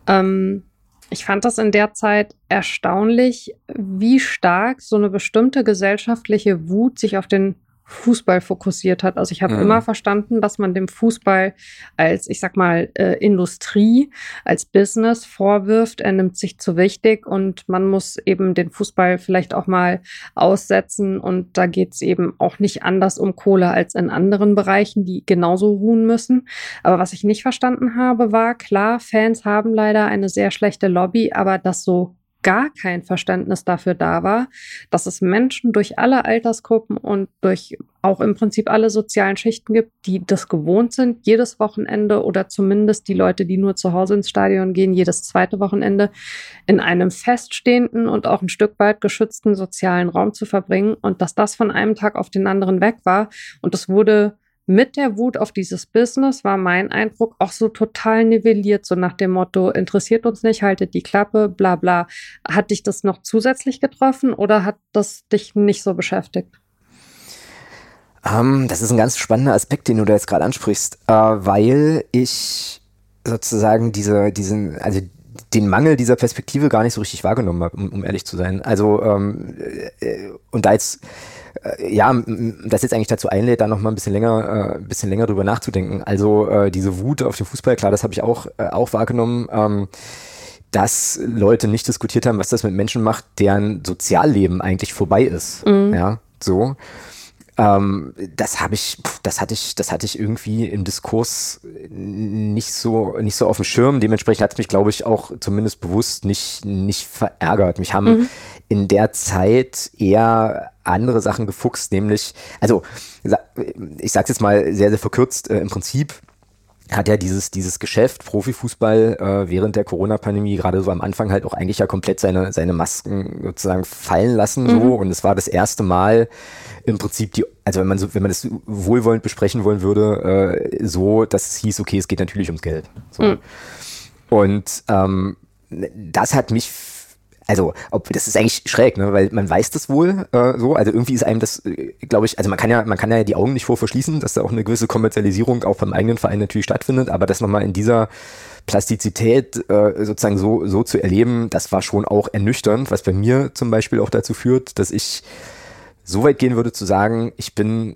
Ich fand das in der Zeit erstaunlich, wie stark so eine bestimmte gesellschaftliche Wut sich auf den Fußball fokussiert hat. Also ich habe immer verstanden, dass man dem Fußball als, ich sag mal, Industrie, als Business vorwirft, er nimmt sich zu wichtig und man muss eben den Fußball vielleicht auch mal aussetzen und da geht es eben auch nicht anders um Kohle als in anderen Bereichen, die genauso ruhen müssen. Aber was ich nicht verstanden habe, war, klar, Fans haben leider eine sehr schlechte Lobby, aber das so gar kein Verständnis dafür da war, dass es Menschen durch alle Altersgruppen und durch auch im Prinzip alle sozialen Schichten gibt, die das gewohnt sind, jedes Wochenende oder zumindest die Leute, die nur zu Hause ins Stadion gehen, jedes zweite Wochenende in einem feststehenden und auch ein Stück weit geschützten sozialen Raum zu verbringen und dass das von einem Tag auf den anderen weg war und das wurde mit der Wut auf dieses Business, war mein Eindruck, auch so total nivelliert, so nach dem Motto, interessiert uns nicht, haltet die Klappe, bla bla. Hat dich das noch zusätzlich getroffen oder hat das dich nicht so beschäftigt? Das ist ein ganz spannender Aspekt, den du da jetzt gerade ansprichst, weil ich sozusagen den Mangel dieser Perspektive gar nicht so richtig wahrgenommen habe, um ehrlich zu sein. Also, und da jetzt das jetzt eigentlich dazu einlädt, da noch mal ein bisschen länger drüber nachzudenken. Also diese Wut auf den Fußball, klar, das habe ich auch wahrgenommen, dass Leute nicht diskutiert haben, was das mit Menschen macht, deren Sozialleben eigentlich vorbei ist. Ja, so. Das hatte ich irgendwie im Diskurs nicht so auf dem Schirm. Dementsprechend hat es mich, glaube ich, auch zumindest bewusst nicht verärgert. Mich haben in der Zeit eher andere Sachen gefuchst, nämlich, also ich sag's jetzt mal sehr, sehr verkürzt, im Prinzip hat ja dieses Geschäft Profifußball während der Corona-Pandemie gerade so am Anfang halt auch eigentlich ja komplett seine Masken sozusagen fallen lassen so und es war das erste Mal im Prinzip also wenn man das wohlwollend besprechen wollen würde, so, dass es hieß, okay, es geht natürlich ums Geld. So. Und das hat mich das ist eigentlich schräg, ne, weil man weiß das wohl so, also irgendwie ist einem das, glaube ich, also man kann ja die Augen nicht vor verschließen, dass da auch eine gewisse Kommerzialisierung auch beim eigenen Verein natürlich stattfindet, aber das nochmal in dieser Plastizität sozusagen so zu erleben, das war schon auch ernüchternd, was bei mir zum Beispiel auch dazu führt, dass ich so weit gehen würde zu sagen, ich bin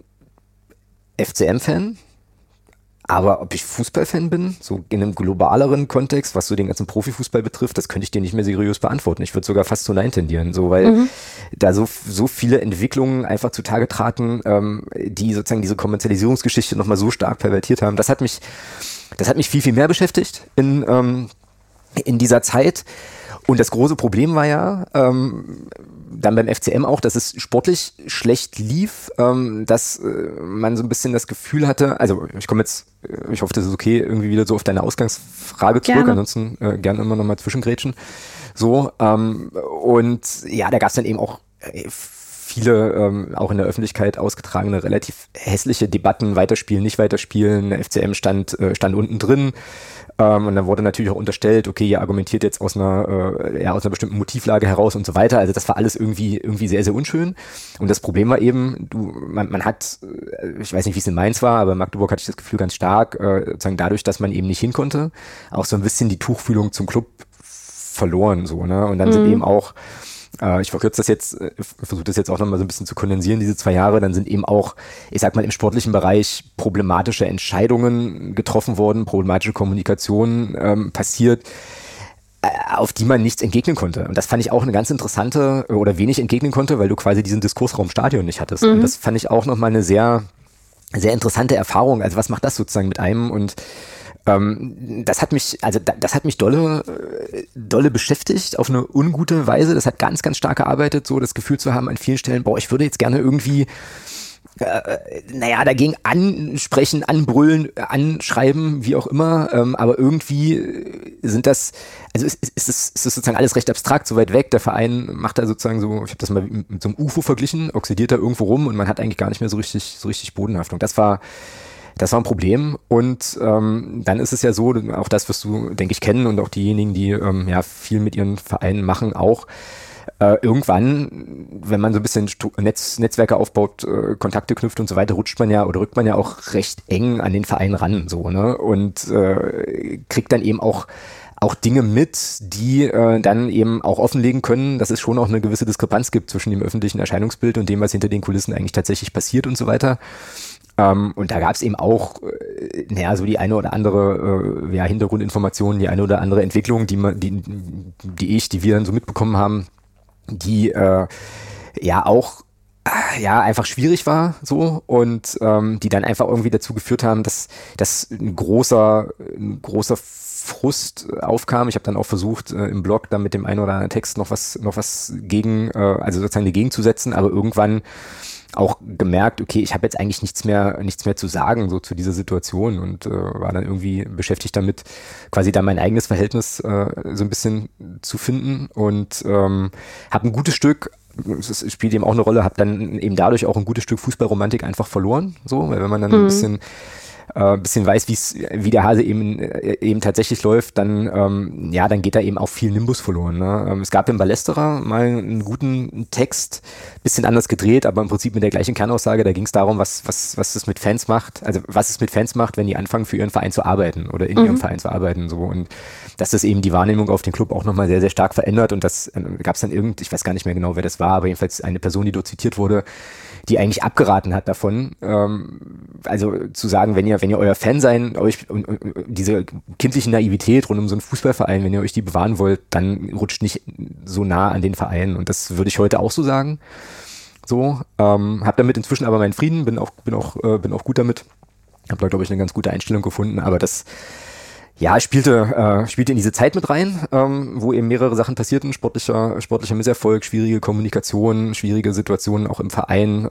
FCM-Fan, aber ob ich Fußballfan bin, so in einem globaleren Kontext, was so den ganzen Profifußball betrifft, das könnte ich dir nicht mehr seriös beantworten. Ich würde sogar fast zu Nein tendieren, so, weil da so viele Entwicklungen einfach zutage traten, die sozusagen diese Kommerzialisierungsgeschichte nochmal so stark pervertiert haben. Das hat mich viel, viel mehr beschäftigt in dieser Zeit. Und das große Problem war ja dann beim FCM auch, dass es sportlich schlecht lief, dass man so ein bisschen das Gefühl hatte, also ich hoffe, das ist okay, irgendwie wieder so auf deine Ausgangsfrage zurück, gerne. Ansonsten gerne immer nochmal zwischengrätschen. So, und ja, da gab es dann eben auch viele auch in der Öffentlichkeit ausgetragene, relativ hässliche Debatten, weiterspielen, nicht weiterspielen. Der FCM stand unten drin. Und dann wurde natürlich auch unterstellt, okay, ihr argumentiert jetzt aus einer bestimmten Motivlage heraus und so weiter. Also das war alles irgendwie sehr, sehr unschön. Und das Problem war eben, man hat, ich weiß nicht, wie es in Mainz war, aber in Magdeburg hatte ich das Gefühl ganz stark, sozusagen dadurch, dass man eben nicht hin konnte, auch so ein bisschen die Tuchfühlung zum Club verloren, so, ne? Und dann sind eben auch, ich verkürze das jetzt, versuche das jetzt auch nochmal so ein bisschen zu kondensieren, diese 2 Jahre, dann sind eben auch, ich sag mal, im sportlichen Bereich problematische Entscheidungen getroffen worden, problematische Kommunikation passiert, auf die man nichts entgegnen konnte. Und das fand ich auch eine ganz interessante, oder wenig entgegnen konnte, weil du quasi diesen Diskursraum Stadion nicht hattest. Und das fand ich auch nochmal eine sehr, sehr interessante Erfahrung. Also was macht das sozusagen mit einem? Und das hat mich dolle beschäftigt auf eine ungute Weise. Das hat ganz, ganz stark gearbeitet, so das Gefühl zu haben an vielen Stellen, ich würde jetzt gerne irgendwie, dagegen ansprechen, anbrüllen, anschreiben, wie auch immer, aber irgendwie sind das, also ist es sozusagen alles recht abstrakt, so weit weg. Der Verein macht da sozusagen so, ich habe das mal mit so einem UFO verglichen, oxidiert da irgendwo rum und man hat eigentlich gar nicht mehr so richtig Bodenhaftung. Das war ein Problem und dann ist es ja so, auch das wirst du, denke ich, kennen und auch diejenigen, die viel mit ihren Vereinen machen, auch irgendwann, wenn man so ein bisschen Netzwerke aufbaut, Kontakte knüpft und so weiter, rückt man ja auch recht eng an den Verein ran, so, ne? Und kriegt dann eben auch Dinge mit, die dann eben auch offenlegen können, dass es schon auch eine gewisse Diskrepanz gibt zwischen dem öffentlichen Erscheinungsbild und dem, was hinter den Kulissen eigentlich tatsächlich passiert und so weiter. Und da gab es eben auch, so die eine oder andere Hintergrundinformationen, die eine oder andere Entwicklung, die wir dann so mitbekommen haben, die auch einfach schwierig war so und die dann einfach irgendwie dazu geführt haben, dass ein großer Frust aufkam. Ich habe dann auch versucht, im Blog dann mit dem einen oder anderen Text noch was gegen, also sozusagen dagegen zu setzen, aber irgendwann auch gemerkt, okay, ich habe jetzt eigentlich nichts mehr zu sagen so zu dieser Situation und war dann irgendwie beschäftigt damit, quasi da mein eigenes Verhältnis so ein bisschen zu finden und habe ein gutes Stück, das spielt eben auch eine Rolle, habe dann eben dadurch auch ein gutes Stück Fußballromantik einfach verloren, so, weil wenn man dann ein bisschen weiß, wie der Hase eben tatsächlich läuft, dann geht da eben auch viel Nimbus verloren. Ne? Es gab im Ballesterer mal einen guten Text, bisschen anders gedreht, aber im Prinzip mit der gleichen Kernaussage. Da ging es darum, was es mit Fans macht, also was es mit Fans macht, wenn die anfangen, für ihren Verein zu arbeiten oder in ihrem Verein zu arbeiten. So. Und dass das eben die Wahrnehmung auf den Club auch nochmal sehr, sehr stark verändert. Und das gab es dann ich weiß gar nicht mehr genau, wer das war, aber jedenfalls eine Person, die dort zitiert wurde, die eigentlich abgeraten hat davon, also zu sagen, wenn ihr euer Fan sein, euch und diese kindliche Naivität rund um so einen Fußballverein, wenn ihr euch die bewahren wollt, dann rutscht nicht so nah an den Verein und das würde ich heute auch so sagen. So, habe damit inzwischen aber meinen Frieden, bin auch gut damit, habe da glaube ich eine ganz gute Einstellung gefunden, aber das spielte in diese Zeit mit rein, wo eben mehrere Sachen passierten, sportlicher Misserfolg, schwierige Kommunikation, schwierige Situationen auch im Verein,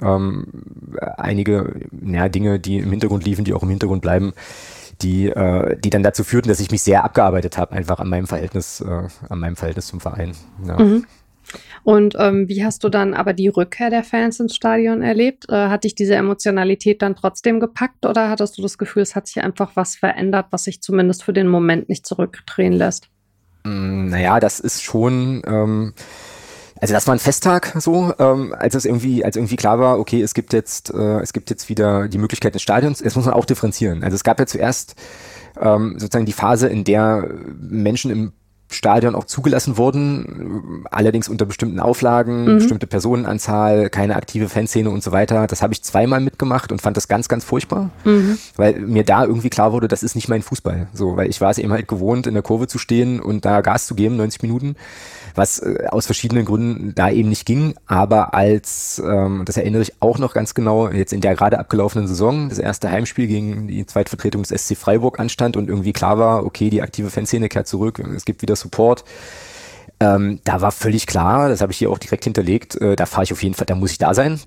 einige Dinge, die im Hintergrund liefen, die auch im Hintergrund bleiben, die dann dazu führten, dass ich mich sehr abgearbeitet habe, einfach an meinem Verhältnis zum Verein. Ja. Mhm. Und wie hast du dann aber die Rückkehr der Fans ins Stadion erlebt? Hat dich diese Emotionalität dann trotzdem gepackt oder hattest du das Gefühl, es hat sich einfach was verändert, was sich zumindest für den Moment nicht zurückdrehen lässt? Das ist schon, also das war ein Festtag so, als irgendwie klar war, okay, es gibt jetzt wieder die Möglichkeit des Stadions. Jetzt muss man auch differenzieren. Also es gab ja zuerst sozusagen die Phase, in der Menschen im Stadion auch zugelassen wurden, allerdings unter bestimmten Auflagen, bestimmte Personenanzahl, keine aktive Fanszene und so weiter. Das habe ich zweimal mitgemacht und fand das ganz, ganz furchtbar, weil mir da irgendwie klar wurde, das ist nicht mein Fußball. So, weil ich war es eben halt gewohnt, in der Kurve zu stehen und da Gas zu geben, 90 Minuten, was aus verschiedenen Gründen da eben nicht ging. Aber das erinnere ich auch noch ganz genau, jetzt in der gerade abgelaufenen Saison, das erste Heimspiel gegen die Zweitvertretung des SC Freiburg anstand und irgendwie klar war, okay, die aktive Fanszene kehrt zurück, es gibt wieder Support. Da war völlig klar, das habe ich hier auch direkt hinterlegt, da fahre ich auf jeden Fall, da muss ich da sein,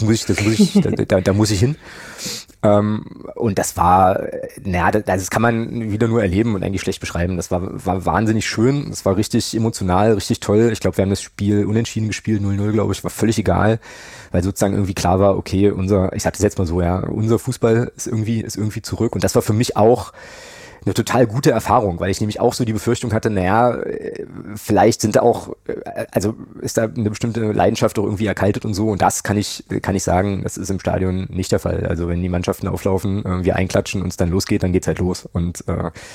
da muss ich hin. Und das war, das kann man wieder nur erleben und eigentlich schlecht beschreiben. Das war wahnsinnig schön, das war richtig emotional, richtig toll. Ich glaube, wir haben das Spiel unentschieden gespielt, 0-0, glaube ich, war völlig egal, weil sozusagen irgendwie klar war, okay, ich sag das jetzt mal so, ja, unser Fußball ist irgendwie zurück. Und das war für mich auch eine total gute Erfahrung, weil ich nämlich auch so die Befürchtung hatte, vielleicht sind da auch, also ist da eine bestimmte Leidenschaft auch irgendwie erkaltet und so, und das kann ich sagen, das ist im Stadion nicht der Fall. Also wenn die Mannschaften auflaufen, wir einklatschen und es dann losgeht, dann geht's halt los. Und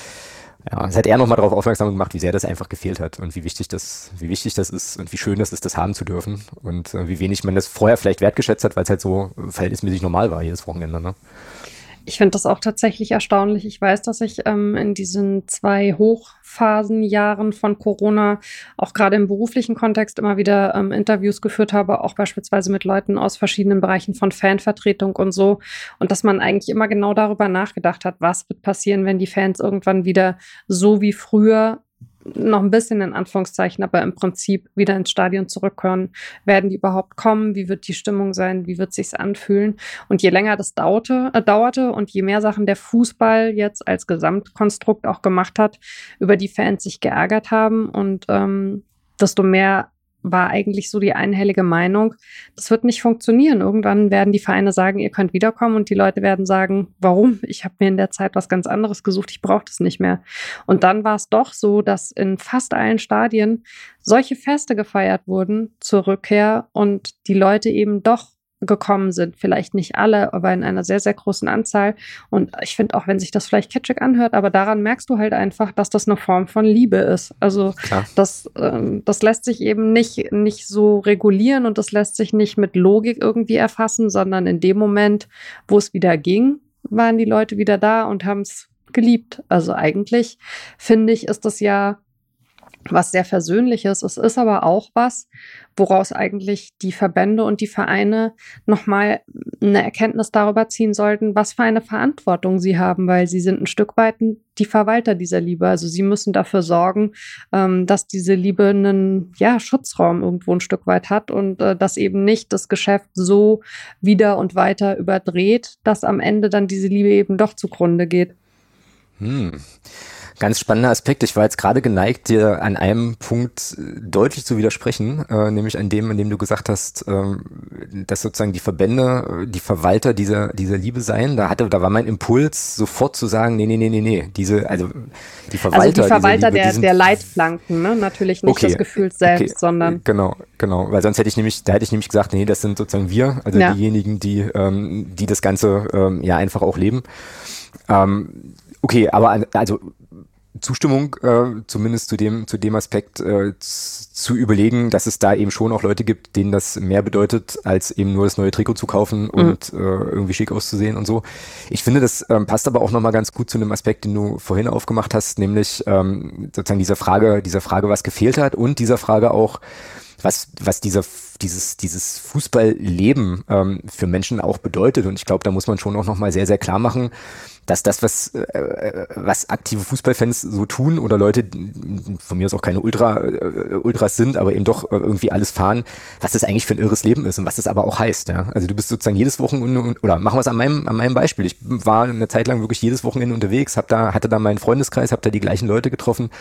es hat er nochmal darauf aufmerksam gemacht, wie sehr das einfach gefehlt hat und wie wichtig das ist und wie schön das ist, das haben zu dürfen und wie wenig man das vorher vielleicht wertgeschätzt hat, weil es halt so verhältnismäßig normal war jedes Wochenende, ne? Ich finde das auch tatsächlich erstaunlich. Ich weiß, dass ich in diesen 2 Hochphasenjahren von Corona auch gerade im beruflichen Kontext immer wieder Interviews geführt habe, auch beispielsweise mit Leuten aus verschiedenen Bereichen von Fanvertretung und so. Und dass man eigentlich immer genau darüber nachgedacht hat, was wird passieren, wenn die Fans irgendwann wieder so wie früher, noch ein bisschen in Anführungszeichen, aber im Prinzip wieder ins Stadion zurückkehren. Werden die überhaupt kommen? Wie wird die Stimmung sein? Wie wird es sich anfühlen? Und je länger das dauerte und je mehr Sachen der Fußball jetzt als Gesamtkonstrukt auch gemacht hat, über die Fans sich geärgert haben und desto mehr war eigentlich so die einhellige Meinung, das wird nicht funktionieren. Irgendwann werden die Vereine sagen, ihr könnt wiederkommen, und die Leute werden sagen, warum? Ich habe mir in der Zeit was ganz anderes gesucht, ich brauche das nicht mehr. Und dann war es doch so, dass in fast allen Stadien solche Feste gefeiert wurden zur Rückkehr und die Leute eben doch gekommen sind. Vielleicht nicht alle, aber in einer sehr, sehr großen Anzahl. Und ich finde auch, wenn sich das vielleicht kitschig anhört, aber daran merkst du halt einfach, dass das eine Form von Liebe ist. Also das lässt sich eben nicht so regulieren und das lässt sich nicht mit Logik irgendwie erfassen, sondern in dem Moment, wo es wieder ging, waren die Leute wieder da und haben es geliebt. Also eigentlich, finde ich, ist das ja was sehr Versöhnliches. Es ist aber auch was, woraus eigentlich die Verbände und die Vereine nochmal eine Erkenntnis darüber ziehen sollten, was für eine Verantwortung sie haben, weil sie sind ein Stück weit die Verwalter dieser Liebe. Also sie müssen dafür sorgen, dass diese Liebe einen Schutzraum irgendwo ein Stück weit hat und dass eben nicht das Geschäft so wieder und weiter überdreht, dass am Ende dann diese Liebe eben doch zugrunde geht. Ganz spannender Aspekt. Ich war jetzt gerade geneigt, dir an einem Punkt deutlich zu widersprechen, nämlich an dem du gesagt hast, dass sozusagen die Verbände die Verwalter dieser Liebe seien. Da war mein Impuls, sofort zu sagen, nee. Die Verwalter der Leitplanken, ne? Natürlich nicht des Gefühls selbst, sondern genau, weil sonst hätte ich nämlich gesagt, nee, das sind sozusagen wir, also diejenigen, die das Ganze einfach auch leben. Okay, aber also Zustimmung zumindest zu dem Aspekt zu überlegen, dass es da eben schon auch Leute gibt, denen das mehr bedeutet, als eben nur das neue Trikot zu kaufen und irgendwie schick auszusehen und so. Ich finde, das passt aber auch nochmal ganz gut zu einem Aspekt, den du vorhin aufgemacht hast, nämlich sozusagen dieser Frage, was gefehlt hat, und dieser Frage auch, was dieses Fußballleben für Menschen auch bedeutet. Und ich glaube, da muss man schon auch nochmal sehr, sehr klar machen, dass das, was aktive Fußballfans so tun oder Leute, von mir aus auch keine Ultras sind, aber eben doch irgendwie alles fahren, was das eigentlich für ein irres Leben ist und was das aber auch heißt. Ja? Also du bist sozusagen jedes Wochenende, oder machen wir es an meinem Beispiel. Ich war eine Zeit lang wirklich jedes Wochenende unterwegs, hatte da meinen Freundeskreis, habe da die gleichen Leute getroffen.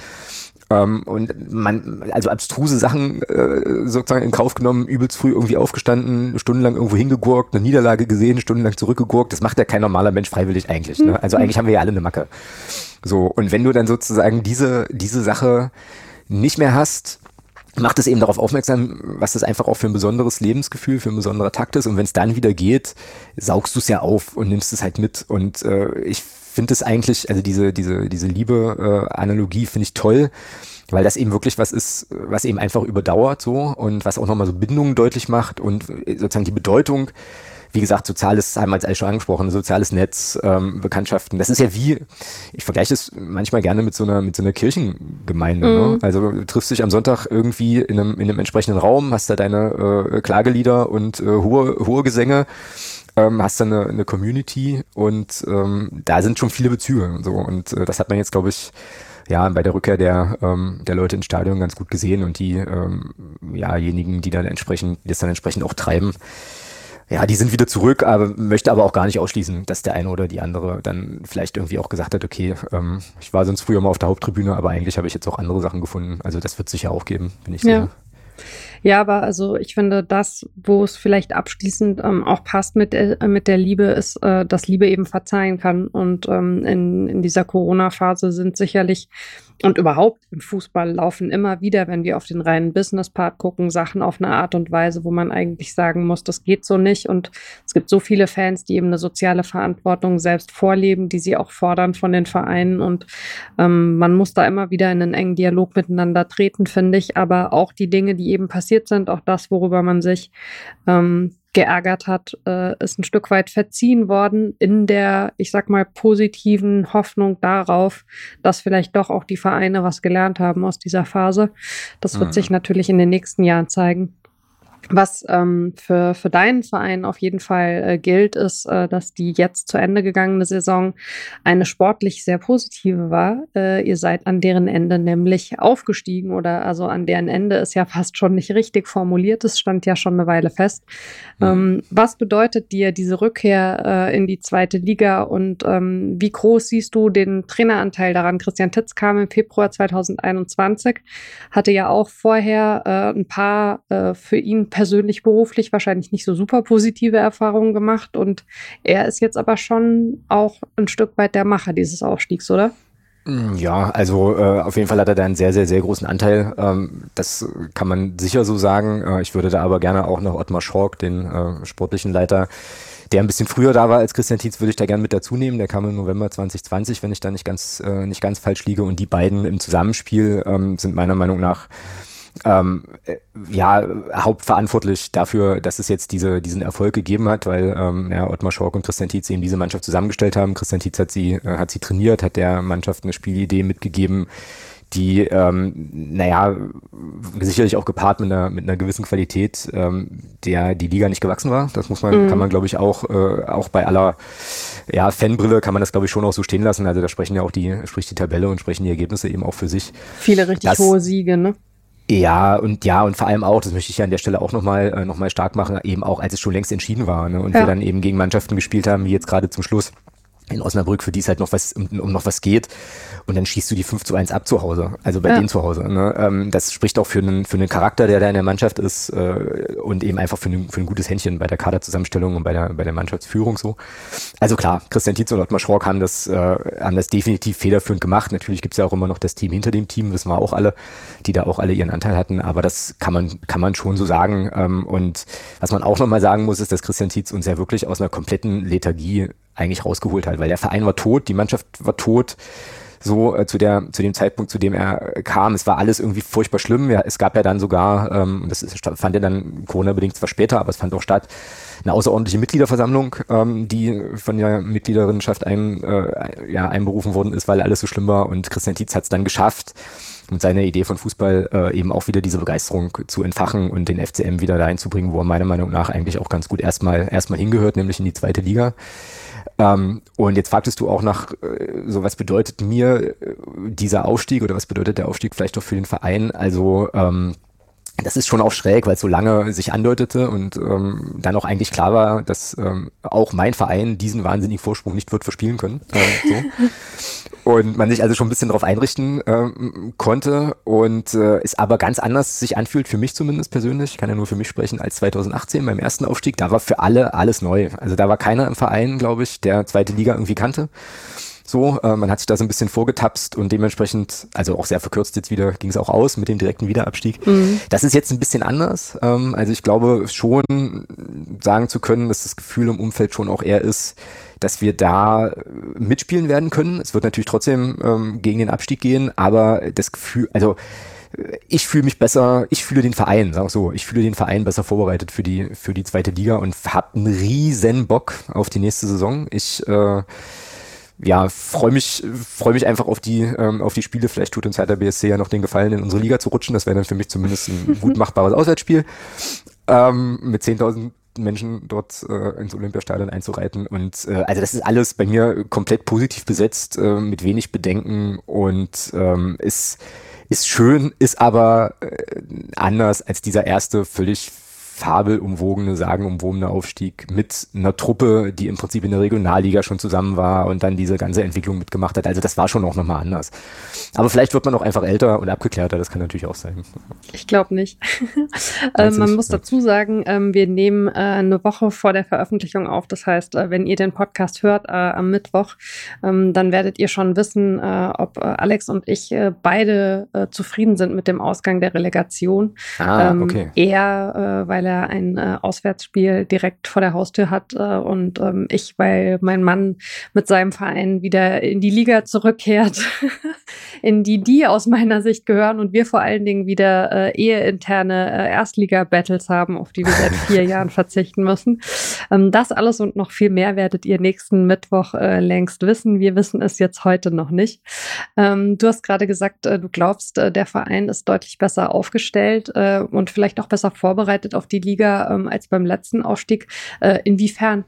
Und man, also abstruse Sachen sozusagen in Kauf genommen, übelst früh irgendwie aufgestanden, stundenlang irgendwo hingegurkt, eine Niederlage gesehen, stundenlang zurückgegurkt. Das macht ja kein normaler Mensch freiwillig eigentlich. Ne? Also eigentlich haben wir ja alle eine Macke. So, und wenn du dann sozusagen diese Sache nicht mehr hast, macht es eben darauf aufmerksam, was das einfach auch für ein besonderes Lebensgefühl, für ein besonderer Takt ist. Und wenn es dann wieder geht, saugst du es ja auf und nimmst es halt mit. Und ich finde es eigentlich, also diese Liebe-Analogie finde ich toll, weil das eben wirklich was ist, was eben einfach überdauert so und was auch nochmal so Bindungen deutlich macht und sozusagen die Bedeutung, wie gesagt, soziales, haben wir jetzt alles schon angesprochen, soziales Netz, Bekanntschaften. Das ist ja ich vergleiche das manchmal gerne mit so einer Kirchengemeinde. Ne? Also du triffst dich am Sonntag irgendwie in einem entsprechenden Raum, hast da deine Klagelieder und hohe Gesänge, hast dann eine Community und da sind schon viele Bezüge und so. Und das hat man jetzt, glaube ich, ja, bei der Rückkehr der Leute ins Stadion ganz gut gesehen und diejenigen, die das dann entsprechend auch treiben, ja, die sind wieder zurück, möchte aber auch gar nicht ausschließen, dass der eine oder die andere dann vielleicht irgendwie auch gesagt hat, okay, ich war sonst früher mal auf der Haupttribüne, aber eigentlich habe ich jetzt auch andere Sachen gefunden. Also das wird es sicher auch geben, bin ich sicher. Ja, aber also ich finde, das, wo es vielleicht abschließend auch passt mit der Liebe, ist, dass Liebe eben verzeihen kann. Und in dieser Corona-Phase sind sicherlich und überhaupt im Fußball laufen immer wieder, wenn wir auf den reinen Business-Part gucken, Sachen auf eine Art und Weise, wo man eigentlich sagen muss, das geht so nicht. Und es gibt so viele Fans, die eben eine soziale Verantwortung selbst vorleben, die sie auch fordern von den Vereinen. Und man muss da immer wieder in einen engen Dialog miteinander treten, finde ich. Aber auch die Dinge, die eben passiert sind, auch das, worüber man sich geärgert hat, ist ein Stück weit verziehen worden in der, ich sag mal, positiven Hoffnung darauf, dass vielleicht doch auch die Vereine was gelernt haben aus dieser Phase. Das wird sich natürlich in den nächsten Jahren zeigen. Was für deinen Verein auf jeden Fall gilt, ist, dass die jetzt zu Ende gegangene Saison eine sportlich sehr positive war. Ihr seid an deren Ende nämlich aufgestiegen oder also an deren Ende ist ja fast schon nicht richtig formuliert. Es stand ja schon eine Weile fest. Was bedeutet dir diese Rückkehr in die zweite Liga und wie groß siehst du den Traineranteil daran? Christian Titz kam im Februar 2021, hatte ja auch vorher ein paar für ihn persönlich beruflich wahrscheinlich nicht so super positive Erfahrungen gemacht und er ist jetzt aber schon auch ein Stück weit der Macher dieses Aufstiegs, oder? Ja, also auf jeden Fall hat er da einen sehr, sehr, sehr großen Anteil. Das kann man sicher so sagen. Ich würde da aber gerne auch noch Ottmar Schork, den sportlichen Leiter, der ein bisschen früher da war als Christian Tietz, würde ich da gerne mit dazu nehmen. Der kam im November 2020, wenn ich da nicht ganz falsch liege. Und die beiden im Zusammenspiel sind meiner Meinung nach hauptverantwortlich dafür, dass es jetzt diesen Erfolg gegeben hat, weil Ottmar Schork und Christian Tietz eben diese Mannschaft zusammengestellt haben. Christian Tietz hat sie trainiert, hat der Mannschaft eine Spielidee mitgegeben, die sicherlich auch gepaart mit einer gewissen Qualität, der die Liga nicht gewachsen war. Das kann man glaube ich auch bei aller Fanbrille kann man das glaube ich schon auch so stehen lassen. Also da spricht die Tabelle und sprechen die Ergebnisse eben auch für sich. Viele richtig hohe Siege, ne? Ja, und vor allem auch, das möchte ich ja an der Stelle auch nochmal stark machen, eben auch, als es schon längst entschieden war, ne? Und wir dann eben gegen Mannschaften gespielt haben, wie jetzt gerade zum Schluss in Osnabrück, für die es halt noch noch was geht. Und dann schießt du die 5-1 ab zu Hause, also bei denen zu Hause. Ne? Das spricht auch für einen Charakter, der da in der Mannschaft ist und eben einfach für ein gutes Händchen bei der Kaderzusammenstellung und bei der Mannschaftsführung so. Also klar, Christian Tietz und Ottmar Schork haben das definitiv federführend gemacht. Natürlich gibt's ja auch immer noch das Team hinter dem Team, wissen wir auch alle, die da auch alle ihren Anteil hatten. Aber das kann man schon so sagen. Und was man auch nochmal sagen muss, ist, dass Christian Tietz uns ja wirklich aus einer kompletten Lethargie eigentlich rausgeholt hat, weil der Verein war tot, die Mannschaft war tot, so zu dem Zeitpunkt, zu dem er kam. Es war alles irgendwie furchtbar schlimm. Ja, es gab ja dann sogar, das fand ja dann Corona-bedingt zwar später, aber es fand auch statt, eine außerordentliche Mitgliederversammlung, die von der Mitgliederinnenschaft einberufen worden ist, weil alles so schlimm war. Und Christian Tietz hat es dann geschafft, mit seiner Idee von Fußball eben auch wieder diese Begeisterung zu entfachen und den FCM wieder dahin zu bringen, wo er meiner Meinung nach eigentlich auch ganz gut erstmal hingehört, nämlich in die zweite Liga. Und jetzt fragtest du auch nach, so was bedeutet mir dieser Aufstieg oder was bedeutet der Aufstieg vielleicht auch für den Verein? Also das ist schon auch schräg, weil es so lange sich andeutete und dann auch eigentlich klar war, dass auch mein Verein diesen wahnsinnigen Vorsprung nicht wird verspielen können. Und man sich also schon ein bisschen darauf einrichten konnte und es aber ganz anders sich anfühlt, für mich zumindest persönlich, ich kann ja nur für mich sprechen, als 2018 beim ersten Aufstieg. Da war für alle alles neu. Also da war keiner im Verein, glaube ich, der zweite Liga irgendwie kannte. So, man hat sich da so ein bisschen vorgetapst und dementsprechend, also auch sehr verkürzt jetzt wieder, ging es auch aus mit dem direkten Wiederabstieg. Das ist jetzt ein bisschen anders. Also ich glaube schon sagen zu können, dass das Gefühl im Umfeld schon auch eher ist, dass wir da mitspielen werden können. Es wird natürlich trotzdem gegen den Abstieg gehen, aber das Gefühl, also ich fühle mich besser, ich fühle den Verein, sag so, ich fühle den Verein besser vorbereitet für die zweite Liga und habe einen riesen Bock auf die nächste Saison. Ich freue mich einfach auf die Spiele. Vielleicht tut uns Hertha BSC ja noch den Gefallen, in unsere Liga zu rutschen. Das wäre dann für mich zumindest ein gut machbares Auswärtsspiel mit 10.000 verrückten Menschen dort ins Olympiastadion einzureiten. Und also das ist alles bei mir komplett positiv besetzt, mit wenig Bedenken und ist schön, ist aber anders als dieser erste völlig fabelumwogene, sagenumwobene Aufstieg mit einer Truppe, die im Prinzip in der Regionalliga schon zusammen war und dann diese ganze Entwicklung mitgemacht hat. Also das war schon auch nochmal anders. Aber vielleicht wird man auch einfach älter und abgeklärter, das kann natürlich auch sein. Ich glaube nicht. Man muss dazu sagen, wir nehmen eine Woche vor der Veröffentlichung auf. Das heißt, wenn ihr den Podcast hört am Mittwoch, dann werdet ihr schon wissen, ob Alex und ich beide zufrieden sind mit dem Ausgang der Relegation. Okay. Er, weil er ein Auswärtsspiel direkt vor der Haustür hat und ich, weil mein Mann mit seinem Verein wieder in die Liga zurückkehrt, in die aus meiner Sicht gehören und wir vor allen Dingen wieder eheinterne Erstliga-Battles haben, auf die wir seit 4 Jahren verzichten müssen. Das alles und noch viel mehr werdet ihr nächsten Mittwoch längst wissen. Wir wissen es jetzt heute noch nicht. Du hast gerade gesagt, du glaubst, der Verein ist deutlich besser aufgestellt und vielleicht auch besser vorbereitet auf die Liga als beim letzten Aufstieg. Inwiefern?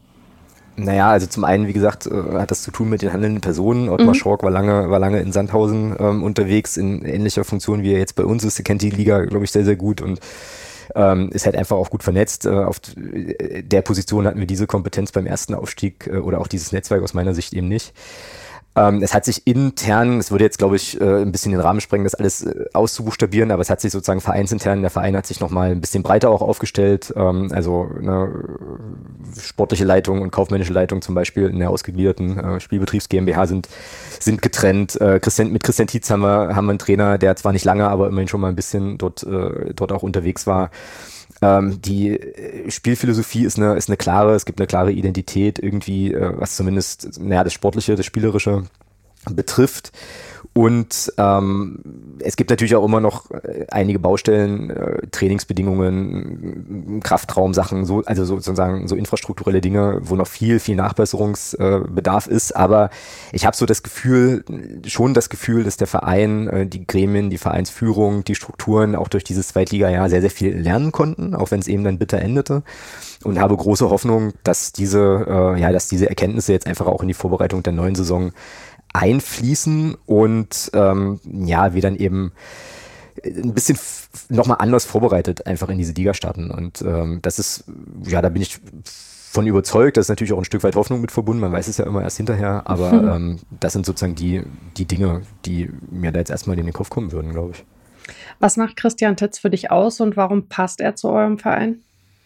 Naja, also zum einen, wie gesagt, hat das zu tun mit den handelnden Personen. Ottmar Schork war lange in Sandhausen unterwegs, in ähnlicher Funktion, wie er jetzt bei uns ist. Er kennt die Liga, glaube ich, sehr, sehr gut und ist halt einfach auch gut vernetzt. Auf der Position hatten wir diese Kompetenz beim ersten Aufstieg oder auch dieses Netzwerk aus meiner Sicht eben nicht. Es hat sich intern, es würde jetzt, glaube ich, ein bisschen den Rahmen sprengen, das alles auszubuchstabieren, aber es hat sich sozusagen vereinsintern, der Verein hat sich nochmal ein bisschen breiter auch aufgestellt, also eine sportliche Leitung und kaufmännische Leitung zum Beispiel in der ausgegliederten Spielbetriebs GmbH sind getrennt. Mit Christian Tietz haben wir einen Trainer, der zwar nicht lange, aber immerhin schon mal ein bisschen dort auch unterwegs war. Die Spielphilosophie ist eine klare, es gibt eine klare Identität irgendwie, was zumindest, das Sportliche, das Spielerische betrifft. Und es gibt natürlich auch immer noch einige Baustellen, Trainingsbedingungen, Kraftraumsachen, also sozusagen so infrastrukturelle Dinge, wo noch viel Nachbesserungsbedarf ist. Aber ich habe schon das Gefühl, dass der Verein, die Gremien, die Vereinsführung, die Strukturen auch durch dieses Zweitliga-Jahr sehr, sehr viel lernen konnten, auch wenn es eben dann bitter endete. Und habe große Hoffnung, dass diese Erkenntnisse jetzt einfach auch in die Vorbereitung der neuen Saison einfließen und wir dann eben ein bisschen nochmal anders vorbereitet einfach in diese Liga starten. Und das ist, da bin ich von überzeugt, da ist natürlich auch ein Stück weit Hoffnung mit verbunden, man weiß es ja immer erst hinterher, aber das sind sozusagen die Dinge, die mir da jetzt erstmal in den Kopf kommen würden, glaube ich. Was macht Christian Tietz für dich aus und warum passt er zu eurem Verein?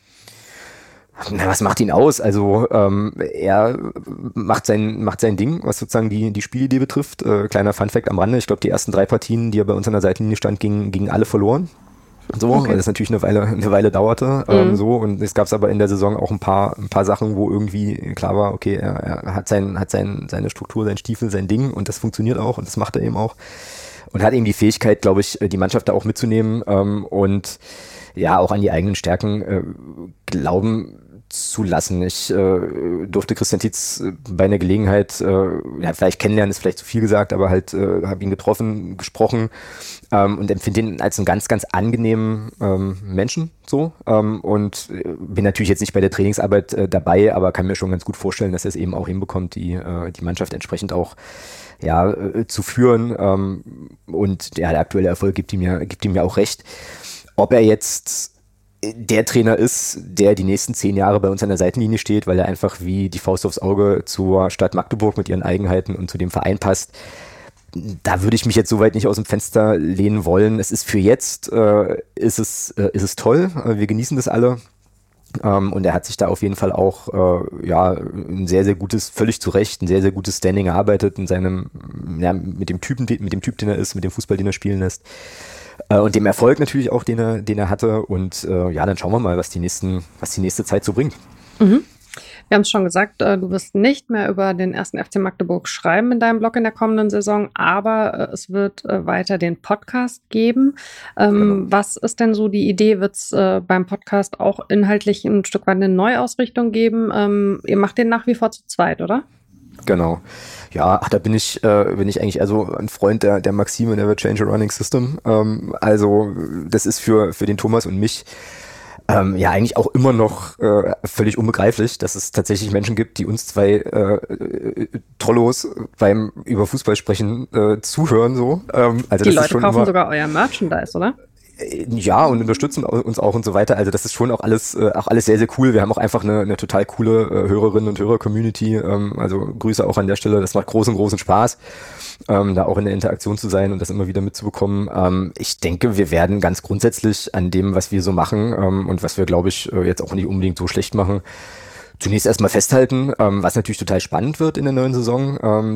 Na, was macht ihn aus? Also er macht sein Ding, was sozusagen die Spielidee betrifft. Kleiner Funfact am Rande, ich glaube, die ersten 3 Partien, die er bei uns an der Seitenlinie stand, gingen alle verloren. So, okay. Weil das natürlich eine Weile dauerte. So, und es gab aber in der Saison auch ein paar Sachen, wo irgendwie klar war, okay, er hat seine Struktur, sein Stiefel, sein Ding und das funktioniert auch und das macht er eben auch. Und hat eben die Fähigkeit, glaube ich, die Mannschaft da auch mitzunehmen und ja, auch an die eigenen Stärken glauben zu lassen. Ich durfte Christian Tietz bei einer Gelegenheit, vielleicht kennenlernen, ist vielleicht zu viel gesagt, aber halt habe ihn getroffen, gesprochen und empfinde ihn als einen ganz, ganz angenehmen Menschen so und bin natürlich jetzt nicht bei der Trainingsarbeit dabei, aber kann mir schon ganz gut vorstellen, dass er es eben auch hinbekommt, die Mannschaft entsprechend auch zu führen und der aktuelle Erfolg gibt ihm ja auch recht. Ob er jetzt der Trainer ist, der die nächsten 10 Jahre bei uns an der Seitenlinie steht, weil er einfach wie die Faust aufs Auge zur Stadt Magdeburg mit ihren Eigenheiten und zu dem Verein passt, da würde ich mich jetzt soweit nicht aus dem Fenster lehnen wollen. Es ist für jetzt, ist es toll, wir genießen das alle. Und er hat sich da auf jeden Fall auch ein sehr, sehr gutes, völlig zu Recht, ein sehr, sehr gutes Standing erarbeitet in seinem, mit dem Typ, den er ist, mit dem Fußball, den er spielen lässt. Und dem Erfolg natürlich auch, den er hatte. Und dann schauen wir mal, was die nächste Zeit so bringt. Mhm. Wir haben es schon gesagt, du wirst nicht mehr über den 1. FC Magdeburg schreiben in deinem Blog in der kommenden Saison, aber es wird weiter den Podcast geben. Genau. Was ist denn so die Idee? Wird es beim Podcast auch inhaltlich ein Stück weit eine Neuausrichtung geben? Ihr macht den nach wie vor zu zweit, oder? Genau. Ja, da bin ich eigentlich also ein Freund der Maxime Never Change a Running System. Also das ist für den Thomas und mich Ja, eigentlich auch immer noch völlig unbegreiflich, dass es tatsächlich Menschen gibt, die uns zwei Trollos beim über Fußball sprechen zuhören. So. Also die das Leute ist schon kaufen immer, sogar euer Merchandise, oder? ja, und unterstützen uns auch und so weiter. Also das ist schon auch alles sehr, sehr cool. Wir haben auch einfach eine total coole Hörerinnen und Hörer-Community. Also Grüße auch an der Stelle. Das macht großen Spaß, da auch in der Interaktion zu sein und das immer wieder mitzubekommen. Ich denke, wir werden ganz grundsätzlich an dem, was wir so machen und was wir, glaube ich, jetzt auch nicht unbedingt so schlecht machen, zunächst erstmal festhalten. Was natürlich total spannend wird in der neuen Saison,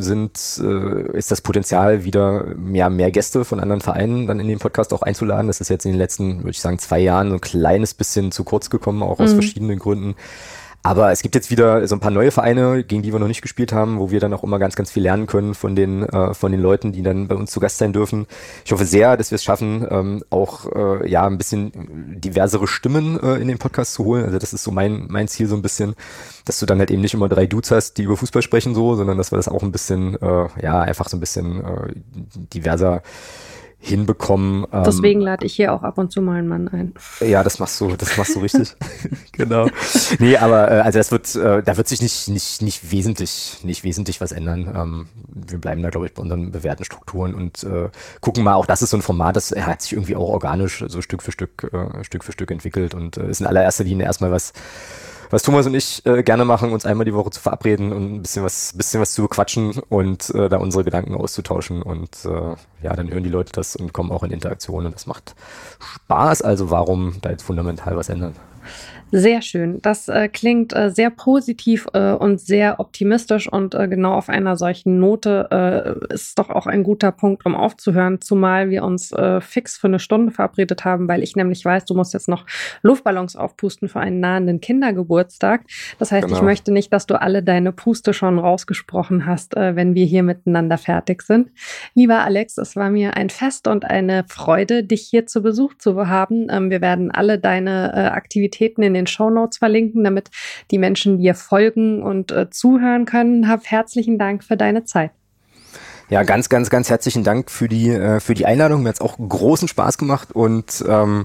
ist das Potenzial, wieder mehr Gäste von anderen Vereinen dann in den Podcast auch einzuladen. Das ist jetzt in den letzten, würde ich sagen, 2 Jahren so ein kleines bisschen zu kurz gekommen, auch aus verschiedenen Gründen. Aber es gibt jetzt wieder so ein paar neue Vereine, gegen die wir noch nicht gespielt haben, wo wir dann auch immer ganz viel lernen können von den Leuten, die dann bei uns zu Gast sein dürfen. Ich hoffe sehr, dass wir es schaffen, auch ein bisschen diversere Stimmen in den Podcast zu holen. Also das ist so mein Ziel so ein bisschen, dass du dann halt eben nicht immer 3 Dudes hast, die über Fußball sprechen so, sondern dass wir das auch ein bisschen, einfach so ein bisschen diverser hinbekommen. Deswegen lade ich hier auch ab und zu mal einen Mann ein. Ja, das machst du richtig. Genau. Nee, aber also da wird sich nicht wesentlich was ändern. Wir bleiben da, glaube ich, bei unseren bewährten Strukturen und gucken mal, auch das ist so ein Format, das hat sich irgendwie auch organisch so Stück für Stück entwickelt und ist in allererster Linie erstmal was Thomas und ich gerne machen, uns einmal die Woche zu verabreden und ein bisschen was zu bequatschen und da unsere Gedanken auszutauschen und dann hören die Leute das und kommen auch in Interaktion und das macht Spaß, also warum da jetzt fundamental was ändern? Sehr schön. Das klingt sehr positiv und sehr optimistisch und genau auf einer solchen Note ist doch auch ein guter Punkt, um aufzuhören, zumal wir uns fix für 1 Stunde verabredet haben, weil ich nämlich weiß, du musst jetzt noch Luftballons aufpusten für einen nahenden Kindergeburtstag. Das heißt, Ich möchte nicht, dass du alle deine Puste schon rausgesprochen hast, wenn wir hier miteinander fertig sind. Lieber Alex, es war mir ein Fest und eine Freude, dich hier zu Besuch zu haben. Wir werden alle deine Aktivitäten in den Shownotes verlinken, damit die Menschen dir folgen und zuhören können. Hab herzlichen Dank für deine Zeit. Ja, ganz herzlichen Dank für die Einladung. Mir hat's auch großen Spaß gemacht und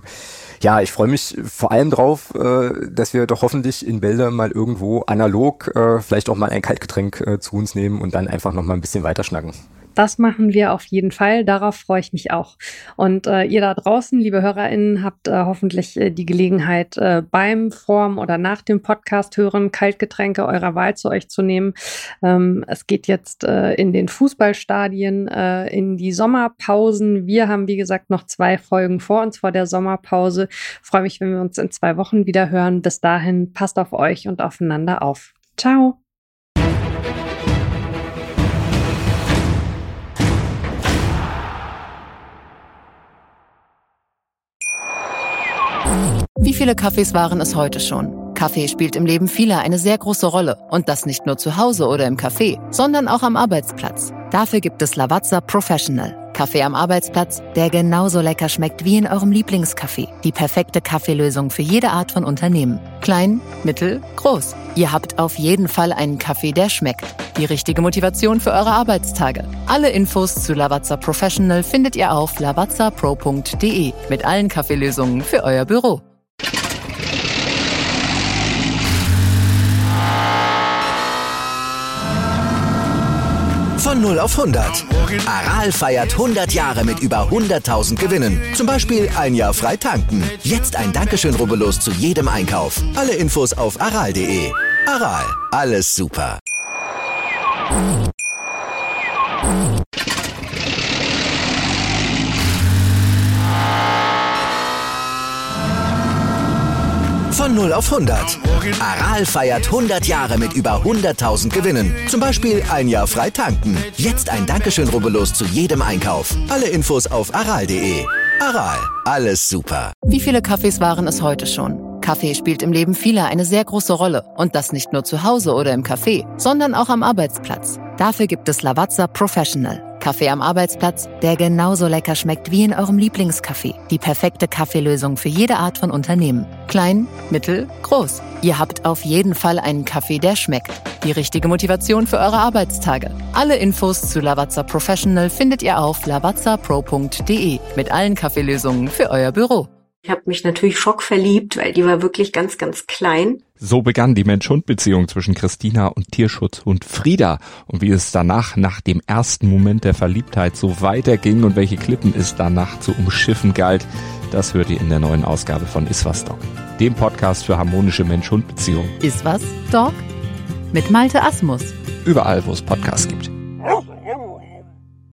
ich freue mich vor allem drauf, dass wir doch hoffentlich in Bälde mal irgendwo analog vielleicht auch mal ein Kaltgetränk zu uns nehmen und dann einfach noch mal ein bisschen weiter schnacken. Das machen wir auf jeden Fall. Darauf freue ich mich auch. Und ihr da draußen, liebe HörerInnen, habt hoffentlich die Gelegenheit, beim, vorm oder nach dem Podcast hören, Kaltgetränke eurer Wahl zu euch zu nehmen. Es geht jetzt in den Fußballstadien, in die Sommerpausen. Wir haben, wie gesagt, noch 2 Folgen vor uns vor der Sommerpause. Freue mich, wenn wir uns in 2 Wochen wieder hören. Bis dahin, passt auf euch und aufeinander auf. Ciao! Wie viele Kaffees waren es heute schon? Kaffee spielt im Leben vieler eine sehr große Rolle. Und das nicht nur zu Hause oder im Café, sondern auch am Arbeitsplatz. Dafür gibt es Lavazza Professional. Kaffee am Arbeitsplatz, der genauso lecker schmeckt wie in eurem Lieblingscafé. Die perfekte Kaffeelösung für jede Art von Unternehmen. Klein, mittel, groß. Ihr habt auf jeden Fall einen Kaffee, der schmeckt. Die richtige Motivation für eure Arbeitstage. Alle Infos zu Lavazza Professional findet ihr auf lavazzapro.de mit allen Kaffeelösungen für euer Büro. Von 0 auf 100. Aral feiert 100 Jahre mit über 100.000 Gewinnen. Zum Beispiel 1 Jahr frei tanken. Jetzt ein Dankeschön, rubbellos zu jedem Einkauf. Alle Infos auf aral.de. Aral, alles super. Von 0 auf 100. Aral feiert 100 Jahre mit über 100.000 Gewinnen. Zum Beispiel 1 Jahr frei tanken. Jetzt ein Dankeschön, rubbellos zu jedem Einkauf. Alle Infos auf aral.de. Aral, alles super. Wie viele Kaffees waren es heute schon? Kaffee spielt im Leben vieler eine sehr große Rolle. Und das nicht nur zu Hause oder im Café, sondern auch am Arbeitsplatz. Dafür gibt es Lavazza Professional. Kaffee am Arbeitsplatz, der genauso lecker schmeckt wie in eurem Lieblingscafé. Die perfekte Kaffeelösung für jede Art von Unternehmen. Klein, mittel, groß. Ihr habt auf jeden Fall einen Kaffee, der schmeckt. Die richtige Motivation für eure Arbeitstage. Alle Infos zu Lavazza Professional findet ihr auf lavazzapro.de mit allen Kaffeelösungen für euer Büro. Ich habe mich natürlich schockverliebt, weil die war wirklich ganz, ganz klein. So begann die Mensch-Hund-Beziehung zwischen Christina und Tierschutzhund Frieda. Und wie es danach, nach dem ersten Moment der Verliebtheit, so weiterging und welche Klippen es danach zu umschiffen galt, das hört ihr in der neuen Ausgabe von Iswas Dog, dem Podcast für harmonische Mensch-Hund-Beziehungen. Iswas Dog? Mit Malte Asmus. Überall, wo es Podcasts gibt.